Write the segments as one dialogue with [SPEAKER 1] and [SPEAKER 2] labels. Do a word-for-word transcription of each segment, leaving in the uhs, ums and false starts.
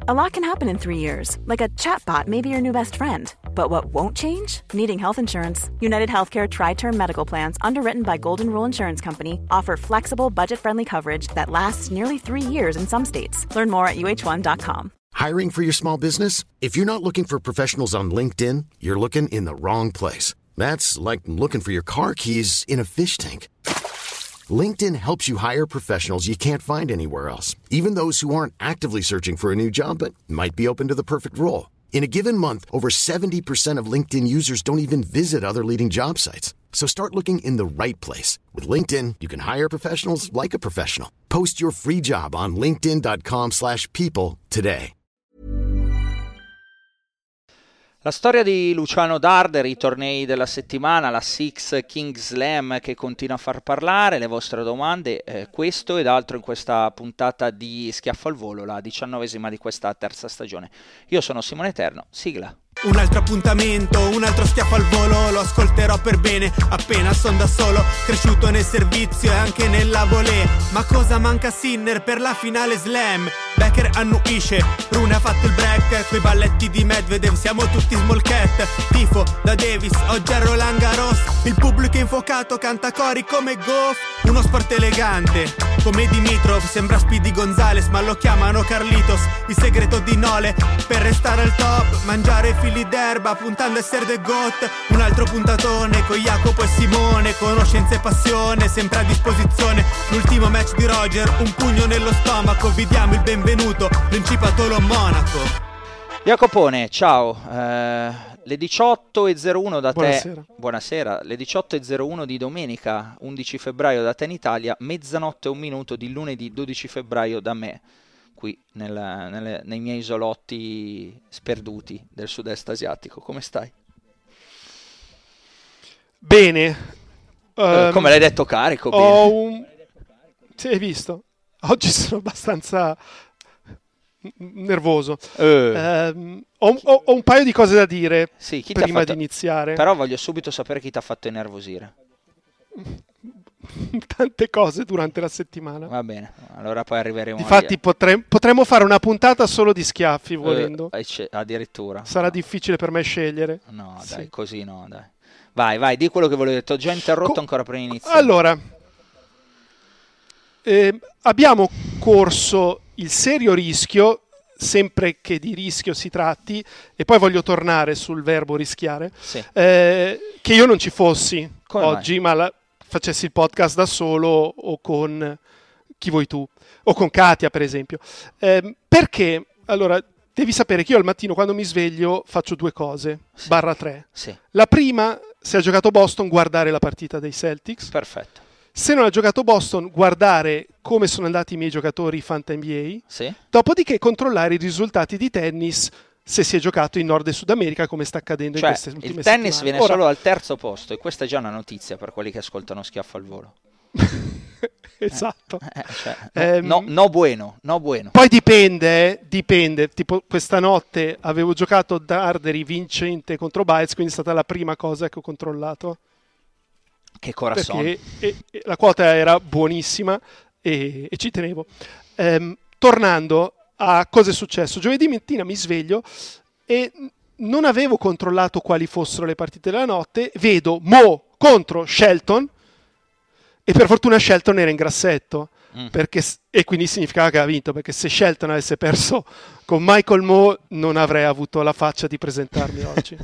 [SPEAKER 1] A lot can happen in three years, like a chatbot may be your new best friend. But what won't change? Needing health insurance. United Healthcare Tri-Term Medical Plans, underwritten by Golden Rule Insurance Company, offer flexible, budget-friendly coverage that lasts nearly three years in some states. Learn more at U H one dot com.
[SPEAKER 2] Hiring for your small business? If you're not looking for professionals on LinkedIn, you're looking in the wrong place. That's like looking for your car keys in a fish tank. LinkedIn helps you hire professionals you can't find anywhere else, even those who aren't actively searching for a new job but might be open to the perfect role. In a given month, over seventy percent of LinkedIn users don't even visit other leading job sites. So start looking in the right place. With LinkedIn, you can hire professionals like a professional. Post your free job on linkedin dot com slash people today.
[SPEAKER 3] La storia di Luciano Darder, i tornei della settimana, la Six Kings Slam che continua a far parlare, le vostre domande, eh, questo ed altro in questa puntata di Schiaffo al Volo, la diciannovesima di questa terza stagione. Io sono Simone Eterno, sigla.
[SPEAKER 4] Un altro appuntamento, un altro schiaffo al volo, lo ascolterò per bene, appena son da solo, cresciuto nel servizio e anche nella volée. Ma cosa manca a Sinner per la finale slam? Becker annuisce, Rune ha fatto il break, coi balletti di Medvedev siamo tutti small cat. Tifo da Davis, oggi a Roland Garros, il pubblico infuocato canta cori come Goff. Uno sport elegante, come Dimitrov, sembra Speedy Gonzales ma lo chiamano Carlitos. Il segreto di Nole, per restare al top, mangiare fili d'erba puntando a essere the goat. Un altro puntatone con Jacopo e Simone, conoscenza e passione sempre a disposizione. L'ultimo match di Roger, un pugno nello stomaco, vi diamo il benvenuto, Principatolo Monaco.
[SPEAKER 3] Jacopone, ciao, eh, le diciotto e zero uno da te,
[SPEAKER 5] buonasera.
[SPEAKER 3] buonasera, le diciotto e zero uno di domenica undici febbraio da te in Italia, mezzanotte e un minuto di lunedì dodici febbraio da me, qui nel, nelle, nei miei isolotti sperduti del sud-est asiatico. Come stai?
[SPEAKER 5] Bene.
[SPEAKER 3] Eh,
[SPEAKER 5] um,
[SPEAKER 3] come l'hai detto, carico?
[SPEAKER 5] Ho
[SPEAKER 3] Bene.
[SPEAKER 5] un... Sì, hai visto? Oggi sono abbastanza nervoso.
[SPEAKER 3] Eh.
[SPEAKER 5] Um, ho, ho, ho un paio di cose da dire
[SPEAKER 3] Sì, chi ti ha
[SPEAKER 5] prima
[SPEAKER 3] fatto...
[SPEAKER 5] di iniziare.
[SPEAKER 3] Però voglio subito sapere chi ti ha fatto innervosire.
[SPEAKER 5] Tante cose durante la settimana.
[SPEAKER 3] Va bene, allora poi arriveremo.
[SPEAKER 5] Difatti potre... potremmo fare una puntata solo di schiaffi volendo.
[SPEAKER 3] Eh, addirittura.
[SPEAKER 5] Sarà
[SPEAKER 3] no.
[SPEAKER 5] difficile per me scegliere.
[SPEAKER 3] No,
[SPEAKER 5] Sì.
[SPEAKER 3] dai, così no, dai. Vai, vai, di quello che volevo dire. Ti ho già interrotto
[SPEAKER 5] Co-
[SPEAKER 3] ancora prima di iniziare.
[SPEAKER 5] Allora, eh, abbiamo corso il serio rischio, sempre che di rischio si tratti, e poi voglio tornare sul verbo rischiare,
[SPEAKER 3] Sì.
[SPEAKER 5] eh, che io non ci fossi
[SPEAKER 3] Come
[SPEAKER 5] oggi, ma la, facessi il podcast da solo o con chi vuoi tu, o con Katia per esempio. Eh, perché? Allora, devi sapere che io al mattino quando mi sveglio faccio due cose,
[SPEAKER 3] Sì.
[SPEAKER 5] barra tre.
[SPEAKER 3] Sì,
[SPEAKER 5] La prima, se ha giocato Boston, guardare la partita dei Celtics.
[SPEAKER 3] perfetto.
[SPEAKER 5] Se non ha giocato Boston, guardare come sono andati i miei giocatori Fanta N B A.
[SPEAKER 3] Sì.
[SPEAKER 5] Dopodiché controllare i risultati di tennis se si è giocato in Nord e Sud America, come sta accadendo
[SPEAKER 3] Cioè,
[SPEAKER 5] in queste ultime
[SPEAKER 3] il tennis
[SPEAKER 5] settimane.
[SPEAKER 3] viene
[SPEAKER 5] Ora,
[SPEAKER 3] solo al terzo posto, e questa è già una notizia per quelli che ascoltano Schiaffo al Volo.
[SPEAKER 5] esatto.
[SPEAKER 3] Eh, cioè, no,
[SPEAKER 5] Ehm,
[SPEAKER 3] no, no bueno, no bueno.
[SPEAKER 5] Poi dipende, eh, dipende. Tipo questa notte avevo giocato Darderi vincente contro Baez, quindi è stata la prima cosa che ho controllato.
[SPEAKER 3] Che corazon.
[SPEAKER 5] Perché e, e la quota era buonissima e, e ci tenevo. Ehm, tornando a cosa è successo, giovedì mattina mi sveglio e non avevo controllato quali fossero le partite della notte, vedo Mo contro Shelton e per fortuna Shelton era in grassetto, mm. perché, e quindi significava che aveva vinto, perché se Shelton avesse perso con Michael Mo non avrei avuto la faccia di presentarmi oggi.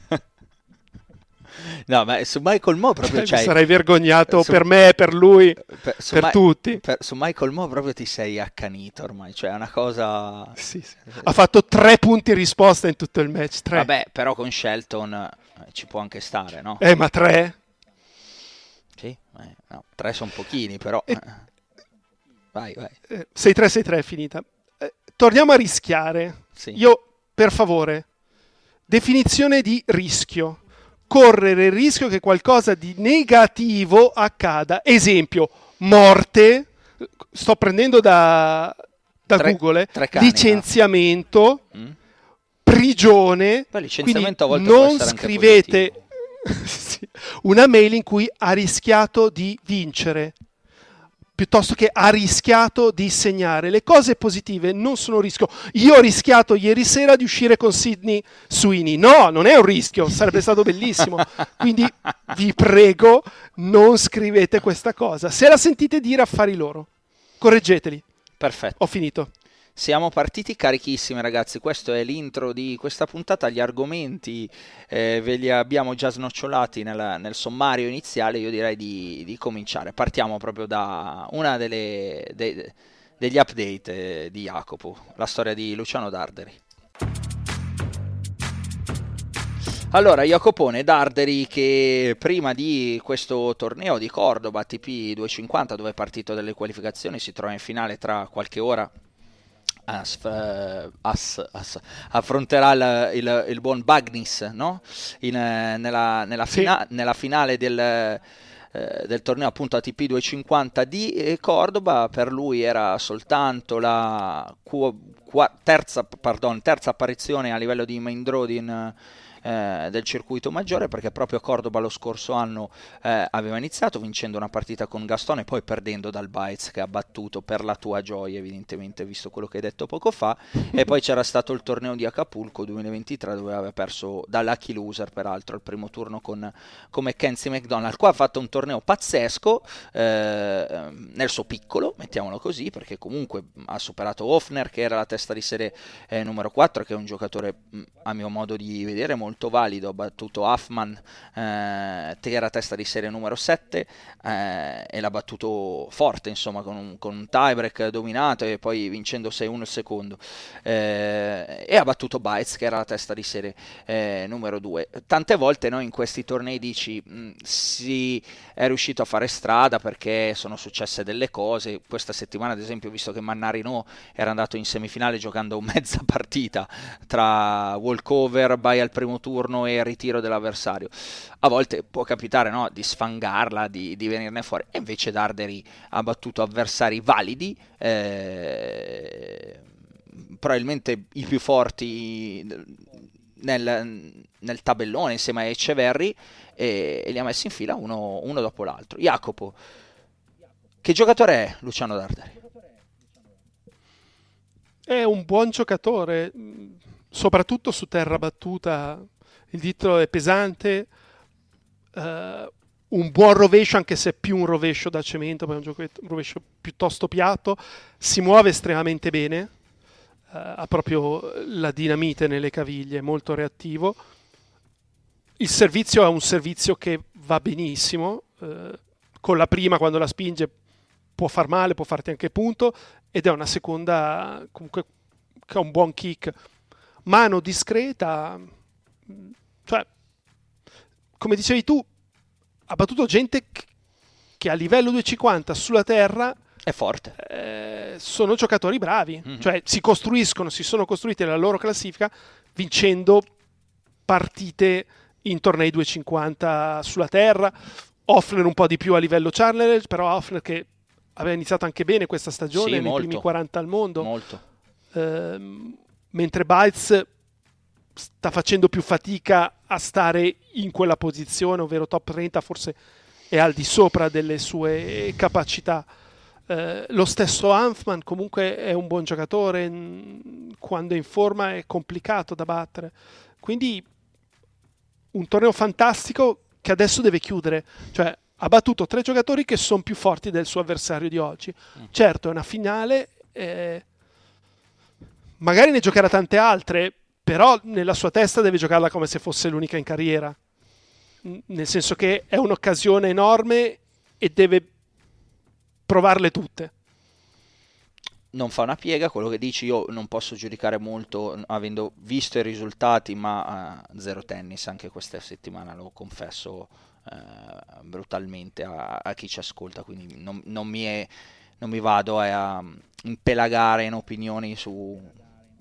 [SPEAKER 3] No, ma su Michael Mo proprio
[SPEAKER 5] Mi
[SPEAKER 3] c'hai...
[SPEAKER 5] sarei vergognato
[SPEAKER 3] su-
[SPEAKER 5] per me, per lui,
[SPEAKER 3] per, su
[SPEAKER 5] per
[SPEAKER 3] Ma-
[SPEAKER 5] tutti.
[SPEAKER 3] per- su Michael Mo proprio ti sei accanito ormai, cioè è una cosa...
[SPEAKER 5] Sì, sì. Ha fatto tre punti in risposta in tutto il match. Tre.
[SPEAKER 3] Vabbè, però con Shelton eh, ci può anche stare, no?
[SPEAKER 5] Eh, ma tre?
[SPEAKER 3] Sì, eh, no, tre sono pochini, però...
[SPEAKER 5] Eh.
[SPEAKER 3] eh. Vai, vai.
[SPEAKER 5] Eh, sei tre sei tre è finita. Eh, torniamo a rischiare.
[SPEAKER 3] Sì.
[SPEAKER 5] Io, per favore, definizione di rischio. Correre il rischio che qualcosa di negativo accada. Esempio, morte, sto prendendo da, da
[SPEAKER 3] Tre-
[SPEAKER 5] Google, eh,
[SPEAKER 3] tre cani,
[SPEAKER 5] licenziamento,
[SPEAKER 3] no? Mm?
[SPEAKER 5] prigione.
[SPEAKER 3] Beh, licenziamento
[SPEAKER 5] Quindi
[SPEAKER 3] a volte può
[SPEAKER 5] non
[SPEAKER 3] essere anche
[SPEAKER 5] scrivete sì, una mail in cui ha rischiato di vincere. piuttosto che ha rischiato di segnare. Le cose positive non sono un rischio. Io ho rischiato ieri sera di uscire con Sydney Sweeney. No, non è un rischio, sarebbe stato bellissimo. Quindi vi prego, non scrivete questa cosa. Se la sentite dire, affari loro. Correggeteli.
[SPEAKER 3] Perfetto.
[SPEAKER 5] Ho finito.
[SPEAKER 3] Siamo partiti carichissimi, ragazzi. Questo è l'intro di questa puntata. Gli argomenti eh, ve li abbiamo già snocciolati nel, nel sommario iniziale. Io direi di, di cominciare. Partiamo proprio da una delle, dei, degli update eh, di Jacopo, la storia di Luciano Darderi. Allora, Jacopone Darderi, che prima di questo torneo di Cordoba A T P duecentocinquanta, dove è partito delle qualificazioni, si trova in finale tra qualche ora. As, uh, as, as, affronterà il, il, il buon Bagnis, no? In, uh, nella, nella, fina- sì. nella finale del, uh, del torneo appunto A T P duecentocinquanta di Cordoba. Per lui era soltanto la qu- qu- terza, pardon, terza apparizione a livello di main draw in, Eh, del circuito maggiore, perché proprio a Cordoba lo scorso anno eh, aveva iniziato vincendo una partita con Gaston e poi perdendo dal Baez, che ha battuto per la tua gioia, evidentemente, visto quello che hai detto poco fa. E poi c'era stato il torneo di Acapulco duemilaventitré, dove aveva perso da lucky loser, peraltro al primo turno con, con Mackenzie McDonald. Qua ha fatto un torneo pazzesco eh, nel suo piccolo, mettiamolo così, perché comunque ha superato Hofner, che era la testa di serie eh, numero quattro, che è un giocatore a mio modo di vedere molto molto valido. Ha battuto Huffman, eh, che era testa di serie numero sette, eh, e l'ha battuto forte, insomma, con un, con un tiebreak dominato e poi vincendo sei uno il secondo, eh, e ha battuto Baez, che era la testa di serie eh, numero due. Tante volte noi in questi tornei dici mh, si è riuscito a fare strada perché sono successe delle cose. Questa settimana ad esempio ho visto che Mannarino era andato in semifinale giocando mezza partita tra walkover, bye al primo turno e ritiro dell'avversario. A volte può capitare, no, di sfangarla, di, di venirne fuori, e invece Darderi ha battuto avversari validi, eh, probabilmente i più forti nel, nel tabellone insieme a Eceverri, e, e li ha messi in fila uno, uno dopo l'altro. Jacopo, che giocatore è Luciano Darderi?
[SPEAKER 5] È un buon giocatore, soprattutto su terra battuta. Il dito è pesante, uh, un buon rovescio, anche se è più un rovescio da cemento, perché è un, gioco, un rovescio piuttosto piatto. Si muove estremamente bene, uh, ha proprio la dinamite nelle caviglie, molto reattivo. Il servizio è un servizio che va benissimo, uh, con la prima, quando la spinge, può far male, può farti anche punto, ed è una seconda comunque che ha un buon kick. Mano discreta, cioè, come dicevi tu, ha battuto gente che a livello duecentocinquanta sulla terra
[SPEAKER 3] è forte,
[SPEAKER 5] eh, sono giocatori bravi,
[SPEAKER 3] mm-hmm.
[SPEAKER 5] cioè si costruiscono, si sono costruiti la loro classifica vincendo partite in tornei duecentocinquanta sulla terra. Hoffner un po' di più a livello challenger, però Hoffner che aveva iniziato anche bene questa stagione,
[SPEAKER 3] sì,
[SPEAKER 5] nei
[SPEAKER 3] molto,
[SPEAKER 5] primi quaranta al mondo,
[SPEAKER 3] molto.
[SPEAKER 5] Ehm, mentre Baez sta facendo più fatica a stare in quella posizione, ovvero top trenta, forse è al di sopra delle sue capacità. Eh, lo stesso Hanfman comunque è un buon giocatore, quando è in forma è complicato da battere, quindi un torneo fantastico che adesso deve chiudere, cioè ha battuto tre giocatori che sono più forti del suo avversario di oggi. Mm. Certo, è una finale, eh, magari ne giocherà tante altre, però nella sua testa deve giocarla come se fosse l'unica in carriera, nel senso che è un'occasione enorme e deve provarle tutte.
[SPEAKER 3] Non fa una piega, quello che dici. Io non posso giudicare molto avendo visto i risultati, ma uh, zero tennis anche questa settimana, lo confesso uh, brutalmente a, a chi ci ascolta, quindi non, non, mi, è, non mi vado a impelagare in opinioni su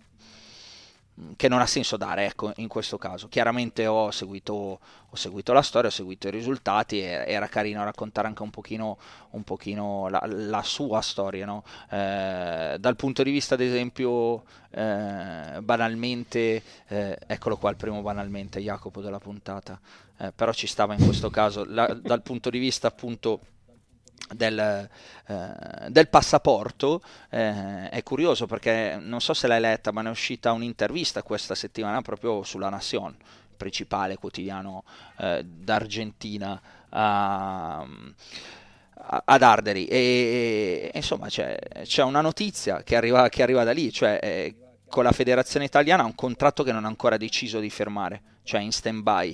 [SPEAKER 3] che non ha senso dare, ecco, in questo caso. Chiaramente ho seguito, ho seguito la storia, ho seguito i risultati, e era carino raccontare anche un pochino, un pochino la, la sua storia, no? Eh, dal punto di vista, ad esempio, eh, banalmente, eh, eccolo qua il primo banalmente, Jacopo, della puntata, eh, però ci stava in questo caso, la, dal punto di vista appunto Del, eh, del passaporto. Eh, è curioso perché non so se l'hai letta, ma ne è uscita un'intervista questa settimana proprio sulla Nación, principale quotidiano eh, d'Argentina, a, a, ad Arderi, e, e insomma c'è, c'è una notizia che arriva, che arriva da lì, cioè eh, con la federazione italiana ha un contratto che non ha ancora deciso di firmare, cioè in stand by,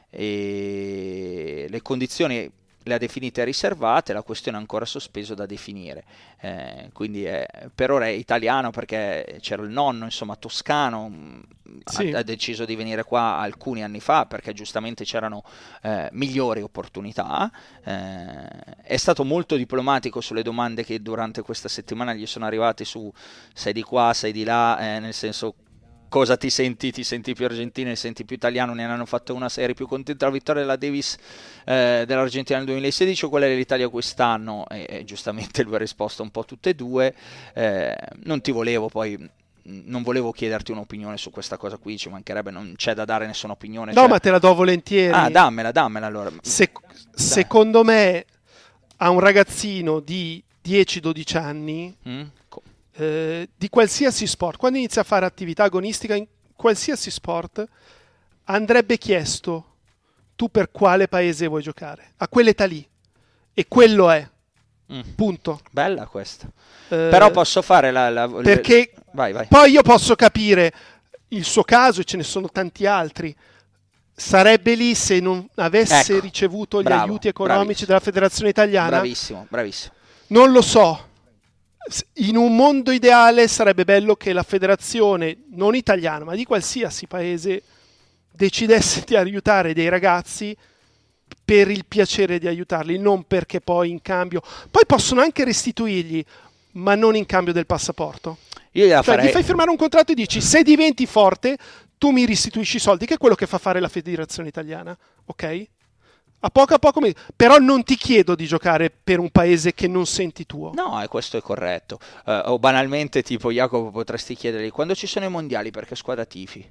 [SPEAKER 3] e le condizioni le ha definite riservate, la questione è ancora sospeso da definire, eh, quindi è, per ora è italiano perché c'era il nonno, insomma toscano, sì. ha, ha deciso di venire qua alcuni anni fa perché giustamente c'erano eh, migliori opportunità, eh, è stato molto diplomatico sulle domande che durante questa settimana gli sono arrivate su sei di qua, sei di là, eh, nel senso cosa ti senti, ti senti più argentino, ti senti più italiano, ne hanno fatto una serie più contenta la vittoria della Davis eh, dell'Argentina nel duemilasedici o quella dell'Italia quest'anno, e, e giustamente lui ha risposto un po' tutte e due. Eh, non ti volevo poi, non volevo chiederti un'opinione su questa cosa qui, ci mancherebbe, non c'è da dare nessuna opinione.
[SPEAKER 5] No,
[SPEAKER 3] cioè...
[SPEAKER 5] ma te la do volentieri.
[SPEAKER 3] Ah, dammela, dammela allora.
[SPEAKER 5] Se, secondo me a un ragazzino di dieci dodici anni... Mm? Eh, di qualsiasi sport, quando inizia a fare attività agonistica in qualsiasi sport, andrebbe chiesto: tu per quale paese vuoi giocare? A quell'età lì, e quello è mm. punto.
[SPEAKER 3] Bella questa,
[SPEAKER 5] eh,
[SPEAKER 3] però posso fare la, la
[SPEAKER 5] perché
[SPEAKER 3] vai, vai.
[SPEAKER 5] Poi io posso capire il suo caso, e ce ne sono tanti altri. Sarebbe lì se non avesse
[SPEAKER 3] ecco,
[SPEAKER 5] ricevuto gli
[SPEAKER 3] bravo,
[SPEAKER 5] aiuti economici
[SPEAKER 3] bravissimo.
[SPEAKER 5] della federazione italiana.
[SPEAKER 3] Bravissimo, bravissimo.
[SPEAKER 5] Non lo so. In un mondo ideale sarebbe bello che la federazione, non italiana, ma di qualsiasi paese, decidesse di aiutare dei ragazzi per il piacere di aiutarli, non perché poi in cambio... Poi possono anche restituirgli, ma non in cambio del passaporto.
[SPEAKER 3] Io gliela
[SPEAKER 5] cioè,
[SPEAKER 3] farei...
[SPEAKER 5] gli fai firmare un contratto e dici: se diventi forte, tu mi restituisci i soldi, che è quello che fa fare la federazione italiana, ok? A poco a poco, mi... però non ti chiedo di giocare per un paese che non senti tuo.
[SPEAKER 3] No, e questo è corretto. Uh, o banalmente, tipo, Jacopo, potresti chiedergli: quando ci sono i mondiali, perché squadra tifi?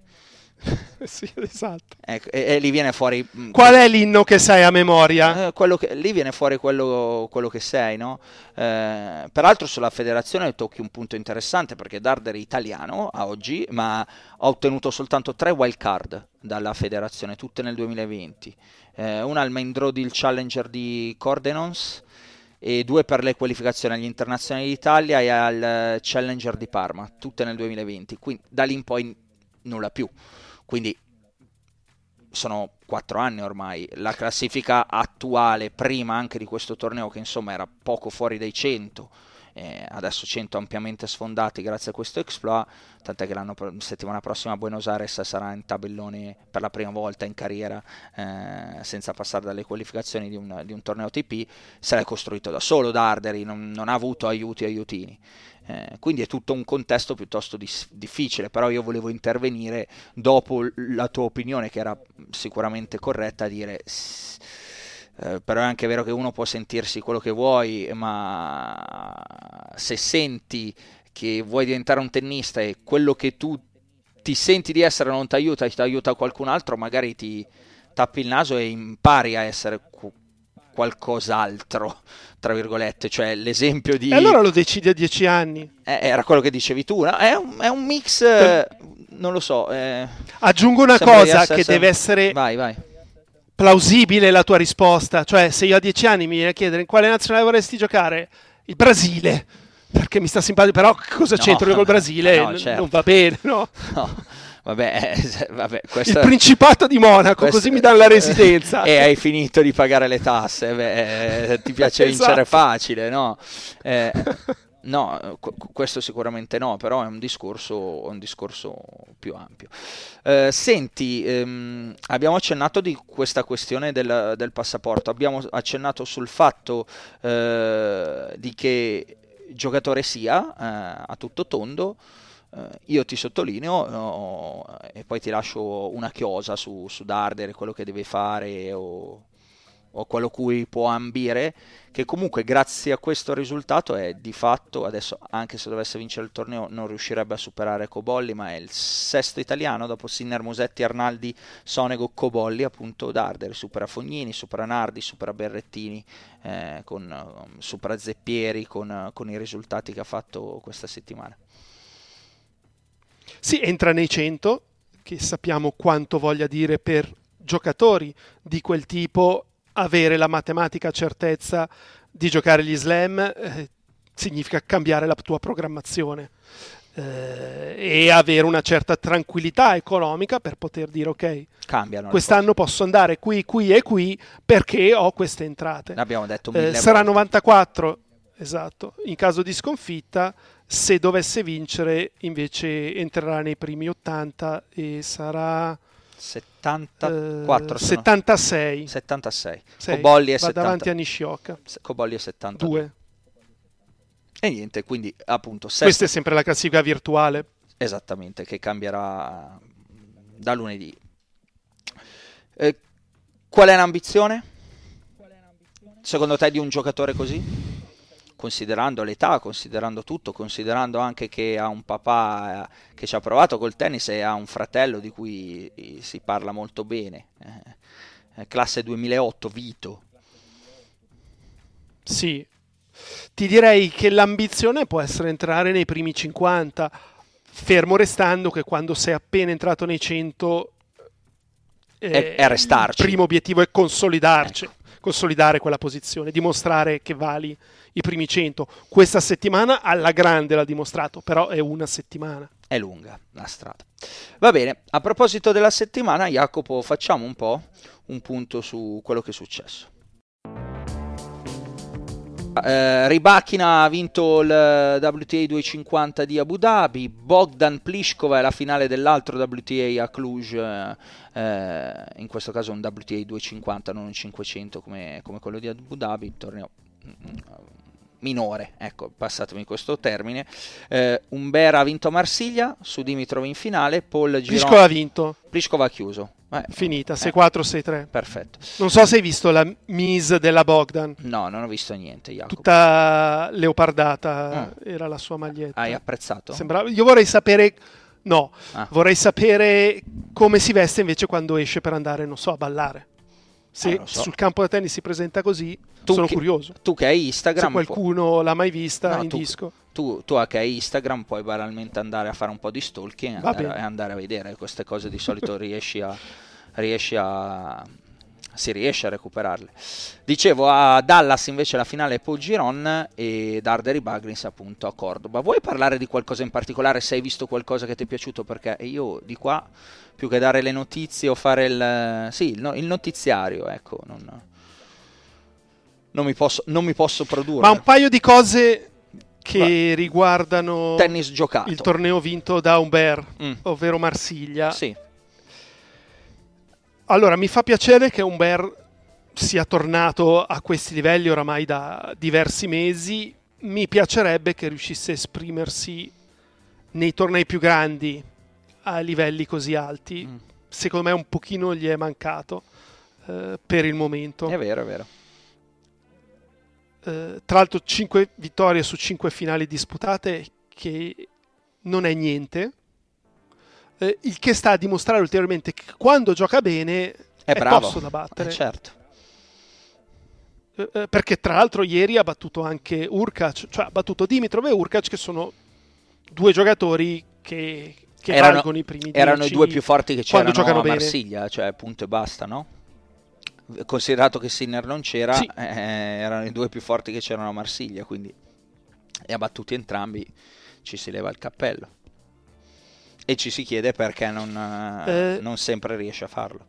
[SPEAKER 5] Sì, esatto.
[SPEAKER 3] Ecco, e, e lì viene fuori...
[SPEAKER 5] Qual è l'inno che sai a memoria?
[SPEAKER 3] Eh, quello che, lì viene fuori quello, quello che sei, no? Eh, peraltro sulla federazione tocchi un punto interessante, perché Darder è italiano a oggi, ma ha ottenuto soltanto tre wild card dalla federazione, tutte nel duemilaventi. Eh, una al main draw del Challenger di Cordenons e due per le qualificazioni agli internazionali d'Italia e al Challenger di Parma, tutte nel duemilaventi. Quindi da lì in poi nulla più. Quindi sono quattro anni ormai. La classifica attuale, prima anche di questo torneo, che insomma era poco fuori dai cento, eh, adesso cento ampiamente sfondati grazie a questo exploit, tant'è che la settimana prossima a Buenos Aires sarà in tabellone per la prima volta in carriera, eh, senza passare dalle qualificazioni di un, di un torneo A T P. Se l'è costruito da solo Darderi, non, non ha avuto aiuti aiutini. Eh, quindi è tutto un contesto piuttosto dis- difficile, però io volevo intervenire dopo la tua opinione, che era sicuramente corretta, a dire eh, però è anche vero che uno può sentirsi quello che vuoi, ma se senti che vuoi diventare un tennista e quello che tu ti senti di essere non ti aiuta, ti aiuta qualcun altro, magari ti tappi il naso e impari a essere cu- qualcos'altro, tra virgolette, cioè l'esempio di...
[SPEAKER 5] E allora lo decidi a dieci anni.
[SPEAKER 3] Eh, era quello che dicevi tu, no? È un, è un mix, eh, non lo so. Eh,
[SPEAKER 5] Aggiungo una cosa, che deve essere
[SPEAKER 3] vai, vai.
[SPEAKER 5] plausibile la tua risposta, cioè se io a dieci anni mi viene a chiedere in quale nazionale vorresti giocare, il Brasile, perché mi sta simpatico, però cosa
[SPEAKER 3] no,
[SPEAKER 5] c'entro io col Brasile?
[SPEAKER 3] No,
[SPEAKER 5] N-
[SPEAKER 3] certo.
[SPEAKER 5] Non va bene, no?
[SPEAKER 3] No. Vabbè, eh, vabbè, questo,
[SPEAKER 5] il Principato di Monaco,
[SPEAKER 3] questo,
[SPEAKER 5] così mi danno la residenza.
[SPEAKER 3] E hai finito di pagare le tasse, beh, eh, ti piace
[SPEAKER 5] esatto.
[SPEAKER 3] vincere facile, no? Eh, no, qu- questo sicuramente no, però è un discorso, un discorso più ampio. Eh, senti, ehm, abbiamo accennato di questa questione del, del passaporto, abbiamo accennato sul fatto eh, di che giocatore sia, eh, a tutto tondo. Uh, io ti sottolineo uh, e poi ti lascio una chiosa su, su Darder, quello che deve fare o o quello cui può ambire, che comunque grazie a questo risultato è di fatto, adesso anche se dovesse vincere il torneo non riuscirebbe a superare Cobolli, ma è il sesto italiano dopo Sinner, Musetti, Arnaldi, Sonego, Cobolli, appunto Darder, supera Fognini, supera Nardi, supera Berrettini, eh, con, supera Zeppieri con, con i risultati che ha fatto questa settimana.
[SPEAKER 5] Sì, entra nei cento, che sappiamo quanto voglia dire per giocatori di quel tipo avere la matematica certezza di giocare gli slam, eh, significa cambiare la tua programmazione eh, e avere una certa tranquillità economica per poter dire ok,
[SPEAKER 3] cambiano
[SPEAKER 5] quest'anno posso andare qui, qui e qui perché ho queste entrate.
[SPEAKER 3] L'abbiamo detto mille
[SPEAKER 5] eh, sarà
[SPEAKER 3] volte.
[SPEAKER 5] novantaquattro, esatto, in caso di sconfitta. Se dovesse vincere invece entrerà nei primi ottanta e sarà
[SPEAKER 3] settantaquattro,
[SPEAKER 5] eh, settantasei.
[SPEAKER 3] No? settantasei.
[SPEAKER 5] Sei.
[SPEAKER 3] Cobolli è
[SPEAKER 5] Va
[SPEAKER 3] settanta.
[SPEAKER 5] davanti a Nishioka.
[SPEAKER 3] Cobolli è settantadue.
[SPEAKER 5] Due.
[SPEAKER 3] E niente, quindi appunto sesto.
[SPEAKER 5] Questa è sempre la classifica virtuale.
[SPEAKER 3] Esattamente, che cambierà da lunedì. Eh, qual è l'ambizione? Secondo te di un giocatore così? Considerando l'età, considerando tutto, considerando anche che ha un papà eh, che ci ha provato col tennis e ha un fratello di cui si parla molto bene, eh, classe duemilaotto, Vito.
[SPEAKER 5] Sì, ti direi che l'ambizione può essere entrare nei primi cinquanta, fermo restando che quando sei appena entrato nei cento eh,
[SPEAKER 3] è, è restarci.
[SPEAKER 5] Il primo obiettivo è consolidarci, ecco. Consolidare quella posizione, dimostrare che vali i primi cento. Questa settimana alla grande l'ha dimostrato, però è una settimana.
[SPEAKER 3] È lunga la strada. Va bene, a proposito della settimana, Jacopo, facciamo un po' un punto su quello che è successo. Eh, Rybakina ha vinto il W T A duecentocinquanta di Abu Dhabi, Bogdan Pliskova è la finale dell'altro W T A a Cluj, eh, in questo caso un W T A duecentocinquanta, non un cinquecento come, come quello di Abu Dhabi, torneo minore, ecco, passatemi questo termine. eh, Humbert ha vinto a Marsiglia su Dimitrov in finale, Paul Giron...
[SPEAKER 5] Pliskova ha vinto.
[SPEAKER 3] Pliskova ha chiuso. Eh,
[SPEAKER 5] Finita,
[SPEAKER 3] eh,
[SPEAKER 5] sei quattro sei tre.
[SPEAKER 3] Perfetto.
[SPEAKER 5] Non so se hai visto la mise della Bogdan.
[SPEAKER 3] No, non ho visto niente, Jacopo.
[SPEAKER 5] Tutta leopardata
[SPEAKER 3] mm.
[SPEAKER 5] era la sua maglietta.
[SPEAKER 3] Hai apprezzato?
[SPEAKER 5] Sembrava... Io vorrei sapere... No,
[SPEAKER 3] ah.
[SPEAKER 5] vorrei sapere come si veste invece quando esce per andare, non so, a ballare. Se
[SPEAKER 3] eh, so.
[SPEAKER 5] sul campo da tennis si presenta così,
[SPEAKER 3] tu
[SPEAKER 5] sono
[SPEAKER 3] che,
[SPEAKER 5] curioso.
[SPEAKER 3] Tu che hai Instagram...
[SPEAKER 5] Se qualcuno pu- l'ha mai vista
[SPEAKER 3] no,
[SPEAKER 5] in
[SPEAKER 3] tu,
[SPEAKER 5] disco.
[SPEAKER 3] Tu, tu che hai Instagram puoi banalmente andare a fare un po' di stalking e andare, e andare a vedere queste cose. Di solito riesci a... riesci a... si riesce a recuperarle. Dicevo, a Dallas invece la finale è Paul Giron e Darder e Bagnis appunto a Cordoba. Vuoi parlare di qualcosa in particolare, se hai visto qualcosa che ti è piaciuto? Perché io di qua, più che dare le notizie o fare il, sì, il, no, il notiziario, ecco, non, non, mi posso, non mi posso produrre.
[SPEAKER 5] Ma un paio di cose che
[SPEAKER 3] Ma,
[SPEAKER 5] riguardano
[SPEAKER 3] tennis giocato,
[SPEAKER 5] il torneo vinto da Humbert,
[SPEAKER 3] mm.
[SPEAKER 5] ovvero Marsiglia.
[SPEAKER 3] Sì.
[SPEAKER 5] Allora, mi fa piacere che Humbert sia tornato a questi livelli oramai da diversi mesi. Mi piacerebbe che riuscisse a esprimersi nei tornei più grandi a livelli così alti. Mm. Secondo me un pochino gli è mancato eh, per il momento.
[SPEAKER 3] È vero, è vero.
[SPEAKER 5] Eh, tra l'altro cinque vittorie su cinque finali disputate, che non è niente. Eh, il che sta a dimostrare ulteriormente che quando gioca bene è, è posto da battere.
[SPEAKER 3] Eh, certo.
[SPEAKER 5] Eh, perché tra l'altro ieri ha battuto anche Urkac, cioè ha battuto Dimitrov e Urkac, che sono due giocatori che, che
[SPEAKER 3] erano,
[SPEAKER 5] valgono i primi dieci.
[SPEAKER 3] Erano i due più forti che c'erano a
[SPEAKER 5] bene.
[SPEAKER 3] Marsiglia, cioè punto e basta, no? Considerato che Sinner non c'era,
[SPEAKER 5] sì.
[SPEAKER 3] eh, erano i due più forti che c'erano a Marsiglia, quindi e ha battuti entrambi, ci si leva il cappello. E ci si chiede perché non, eh, non sempre riesce a farlo.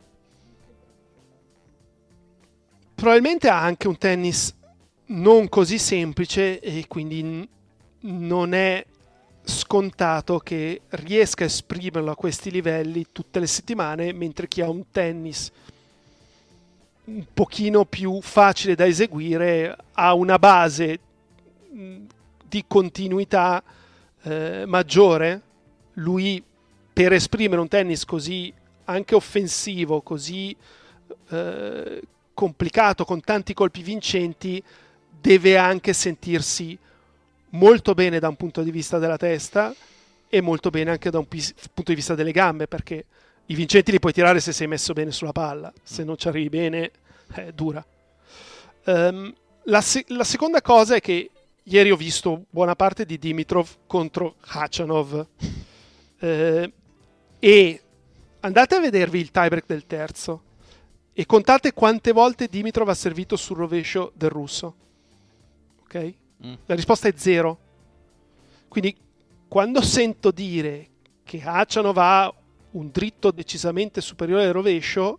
[SPEAKER 5] Probabilmente ha anche un tennis non così semplice e quindi n- non è scontato che riesca a esprimerlo a questi livelli tutte le settimane, mentre chi ha un tennis un pochino più facile da eseguire ha una base mh, di continuità eh, maggiore. Lui, per esprimere un tennis così anche offensivo, così eh, complicato con tanti colpi vincenti, deve anche sentirsi molto bene da un punto di vista della testa e molto bene anche da un pis- punto di vista delle gambe, perché i vincenti li puoi tirare se sei messo bene sulla palla, se non ci arrivi bene è dura. Um, la, se- la seconda cosa è che ieri ho visto buona parte di Dimitrov contro Khachanov eh, e andate a vedervi il tiebreak del terzo e contate quante volte Dimitrov ha servito sul rovescio del russo. Ok? Mm. La risposta è zero. Quindi quando sento dire che Khachanov ha un dritto decisamente superiore al rovescio,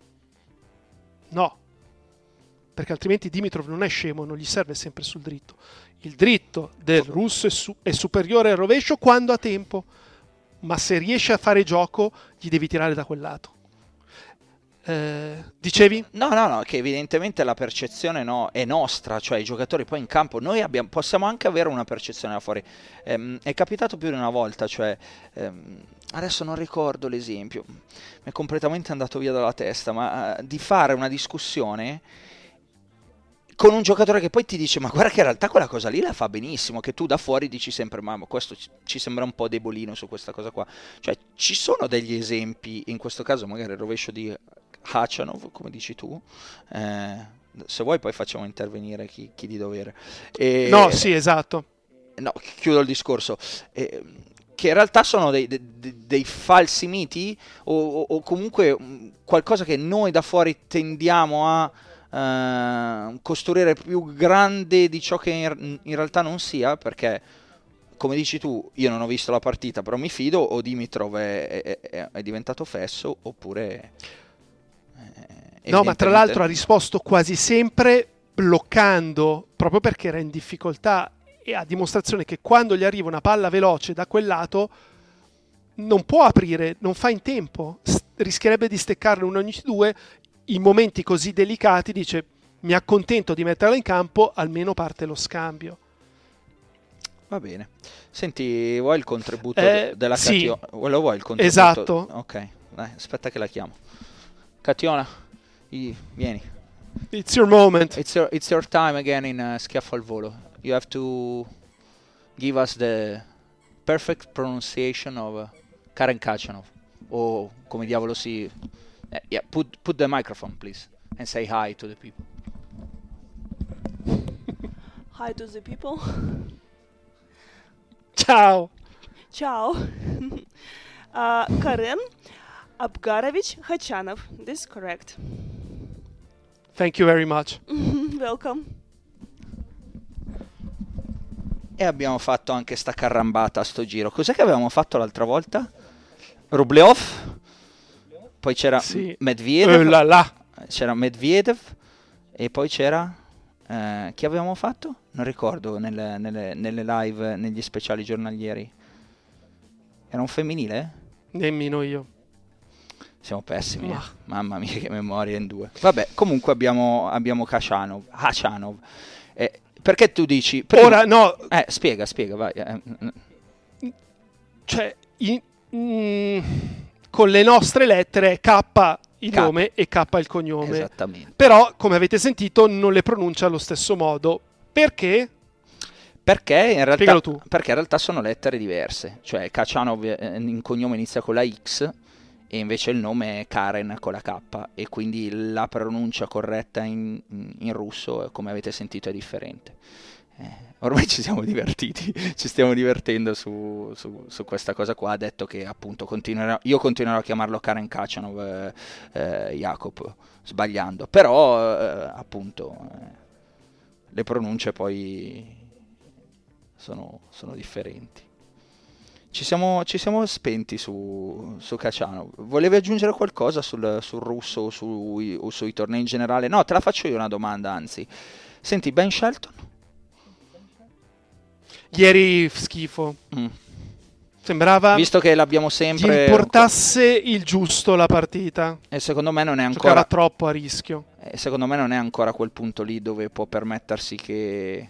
[SPEAKER 5] no, perché altrimenti Dimitrov non è scemo, non gli serve sempre sul dritto. Il dritto del russo è, su- è superiore al rovescio quando ha tempo, ma se riesce a fare gioco gli devi tirare da quel lato. Eh, dicevi?
[SPEAKER 3] No, no, no, che evidentemente la percezione no, è nostra, cioè i giocatori poi in campo, noi abbiamo, possiamo anche avere una percezione da fuori. Ehm, è capitato più di una volta, cioè ehm, adesso non ricordo l'esempio, mi è completamente andato via dalla testa, ma uh, di fare una discussione con un giocatore che poi ti dice ma guarda che in realtà quella cosa lì la fa benissimo, che tu da fuori dici sempre ma questo ci, ci sembra un po' debolino su questa cosa qua. Cioè ci sono degli esempi, in questo caso magari il rovescio di Khachanov, come dici tu, eh, se vuoi poi facciamo intervenire chi, chi di dovere. E,
[SPEAKER 5] no, sì, esatto.
[SPEAKER 3] No, chiudo il discorso. Eh, che in realtà sono dei, dei, dei falsi miti o, o, o comunque qualcosa che noi da fuori tendiamo a Uh, costruire più grande di ciò che in, in realtà non sia, perché come dici tu io non ho visto la partita però mi fido, o Dimitrov è, è, è, è diventato fesso oppure
[SPEAKER 5] eh, no, ma tra l'altro ha risposto quasi sempre bloccando proprio perché era in difficoltà, e a dimostrazione che quando gli arriva una palla veloce da quel lato non può aprire, non fa in tempo, S- rischierebbe di steccarne uno ogni due. In momenti così delicati dice mi accontento di metterla in campo, almeno parte lo scambio.
[SPEAKER 3] Va bene. Senti, vuoi il contributo
[SPEAKER 5] eh,
[SPEAKER 3] della
[SPEAKER 5] sì,
[SPEAKER 3] Cationa? Lo vuoi il contributo?
[SPEAKER 5] Esatto.
[SPEAKER 3] Ok, dai, aspetta che la chiamo. Cationa, i, vieni.
[SPEAKER 5] It's your moment.
[SPEAKER 3] It's your, it's your time again in uh, Schiaffo al Volo. You have to give us the perfect pronunciation of uh, Karen Khachanov. O come diavolo si... Uh, yeah, put put the microphone, please, and say hi to the people.
[SPEAKER 6] Hi to the people.
[SPEAKER 5] Ciao.
[SPEAKER 6] Ciao. uh, Karen Abgarovich Khachanov. This is correct.
[SPEAKER 5] Thank you very much.
[SPEAKER 6] Welcome.
[SPEAKER 3] E abbiamo fatto anche sta carrambata a sto giro. Cos'è che avevamo fatto l'altra volta? Rublev. Poi c'era
[SPEAKER 5] sì.
[SPEAKER 3] Medvedev,
[SPEAKER 5] uh, là, là.
[SPEAKER 3] c'era Medvedev e poi c'era eh, chi avevamo fatto? Non ricordo nelle, nelle, nelle live, negli speciali giornalieri. Era un femminile?
[SPEAKER 5] Nemmeno io.
[SPEAKER 3] Siamo pessimi,
[SPEAKER 5] Ma.
[SPEAKER 3] eh? Mamma mia che memoria in due. Vabbè, comunque abbiamo, abbiamo Khachanov. Khachanov. Eh, perché tu dici... Prima...
[SPEAKER 5] Ora no.
[SPEAKER 3] Eh, spiega, spiega, vai. Eh.
[SPEAKER 5] Cioè, in, mm, con le nostre lettere è K il
[SPEAKER 3] K.
[SPEAKER 5] nome e K il cognome.
[SPEAKER 3] Esattamente.
[SPEAKER 5] Però, come avete sentito, non le pronuncia allo stesso modo. Perché?
[SPEAKER 3] Perché in, realtà,
[SPEAKER 5] Spiegalo tu.
[SPEAKER 3] perché in realtà sono lettere diverse. Cioè Khachanov in cognome inizia con la X e invece il nome è Karen con la K, e quindi la pronuncia corretta in, in russo, come avete sentito, è differente. Eh, ormai ci siamo divertiti, ci stiamo divertendo su, su, su questa cosa qua. Ha detto che appunto continuerò, io continuerò a chiamarlo Karen Khachanov, eh, eh, Jacob, sbagliando, però eh, appunto eh, le pronunce poi sono, sono differenti. Ci siamo, ci siamo spenti su, su Khachanov. Volevi aggiungere qualcosa sul, sul russo o, su, o sui tornei in generale? No, te la faccio io una domanda, anzi. Senti, Ben Shelton?
[SPEAKER 5] Ieri schifo.
[SPEAKER 3] Mm.
[SPEAKER 5] Sembrava
[SPEAKER 3] Visto che l'abbiamo sempre...
[SPEAKER 5] gli importasse il giusto la partita.
[SPEAKER 3] E secondo me non è
[SPEAKER 5] Giocava
[SPEAKER 3] ancora...
[SPEAKER 5] troppo a rischio.
[SPEAKER 3] E secondo me non è ancora a quel punto lì dove può permettersi che...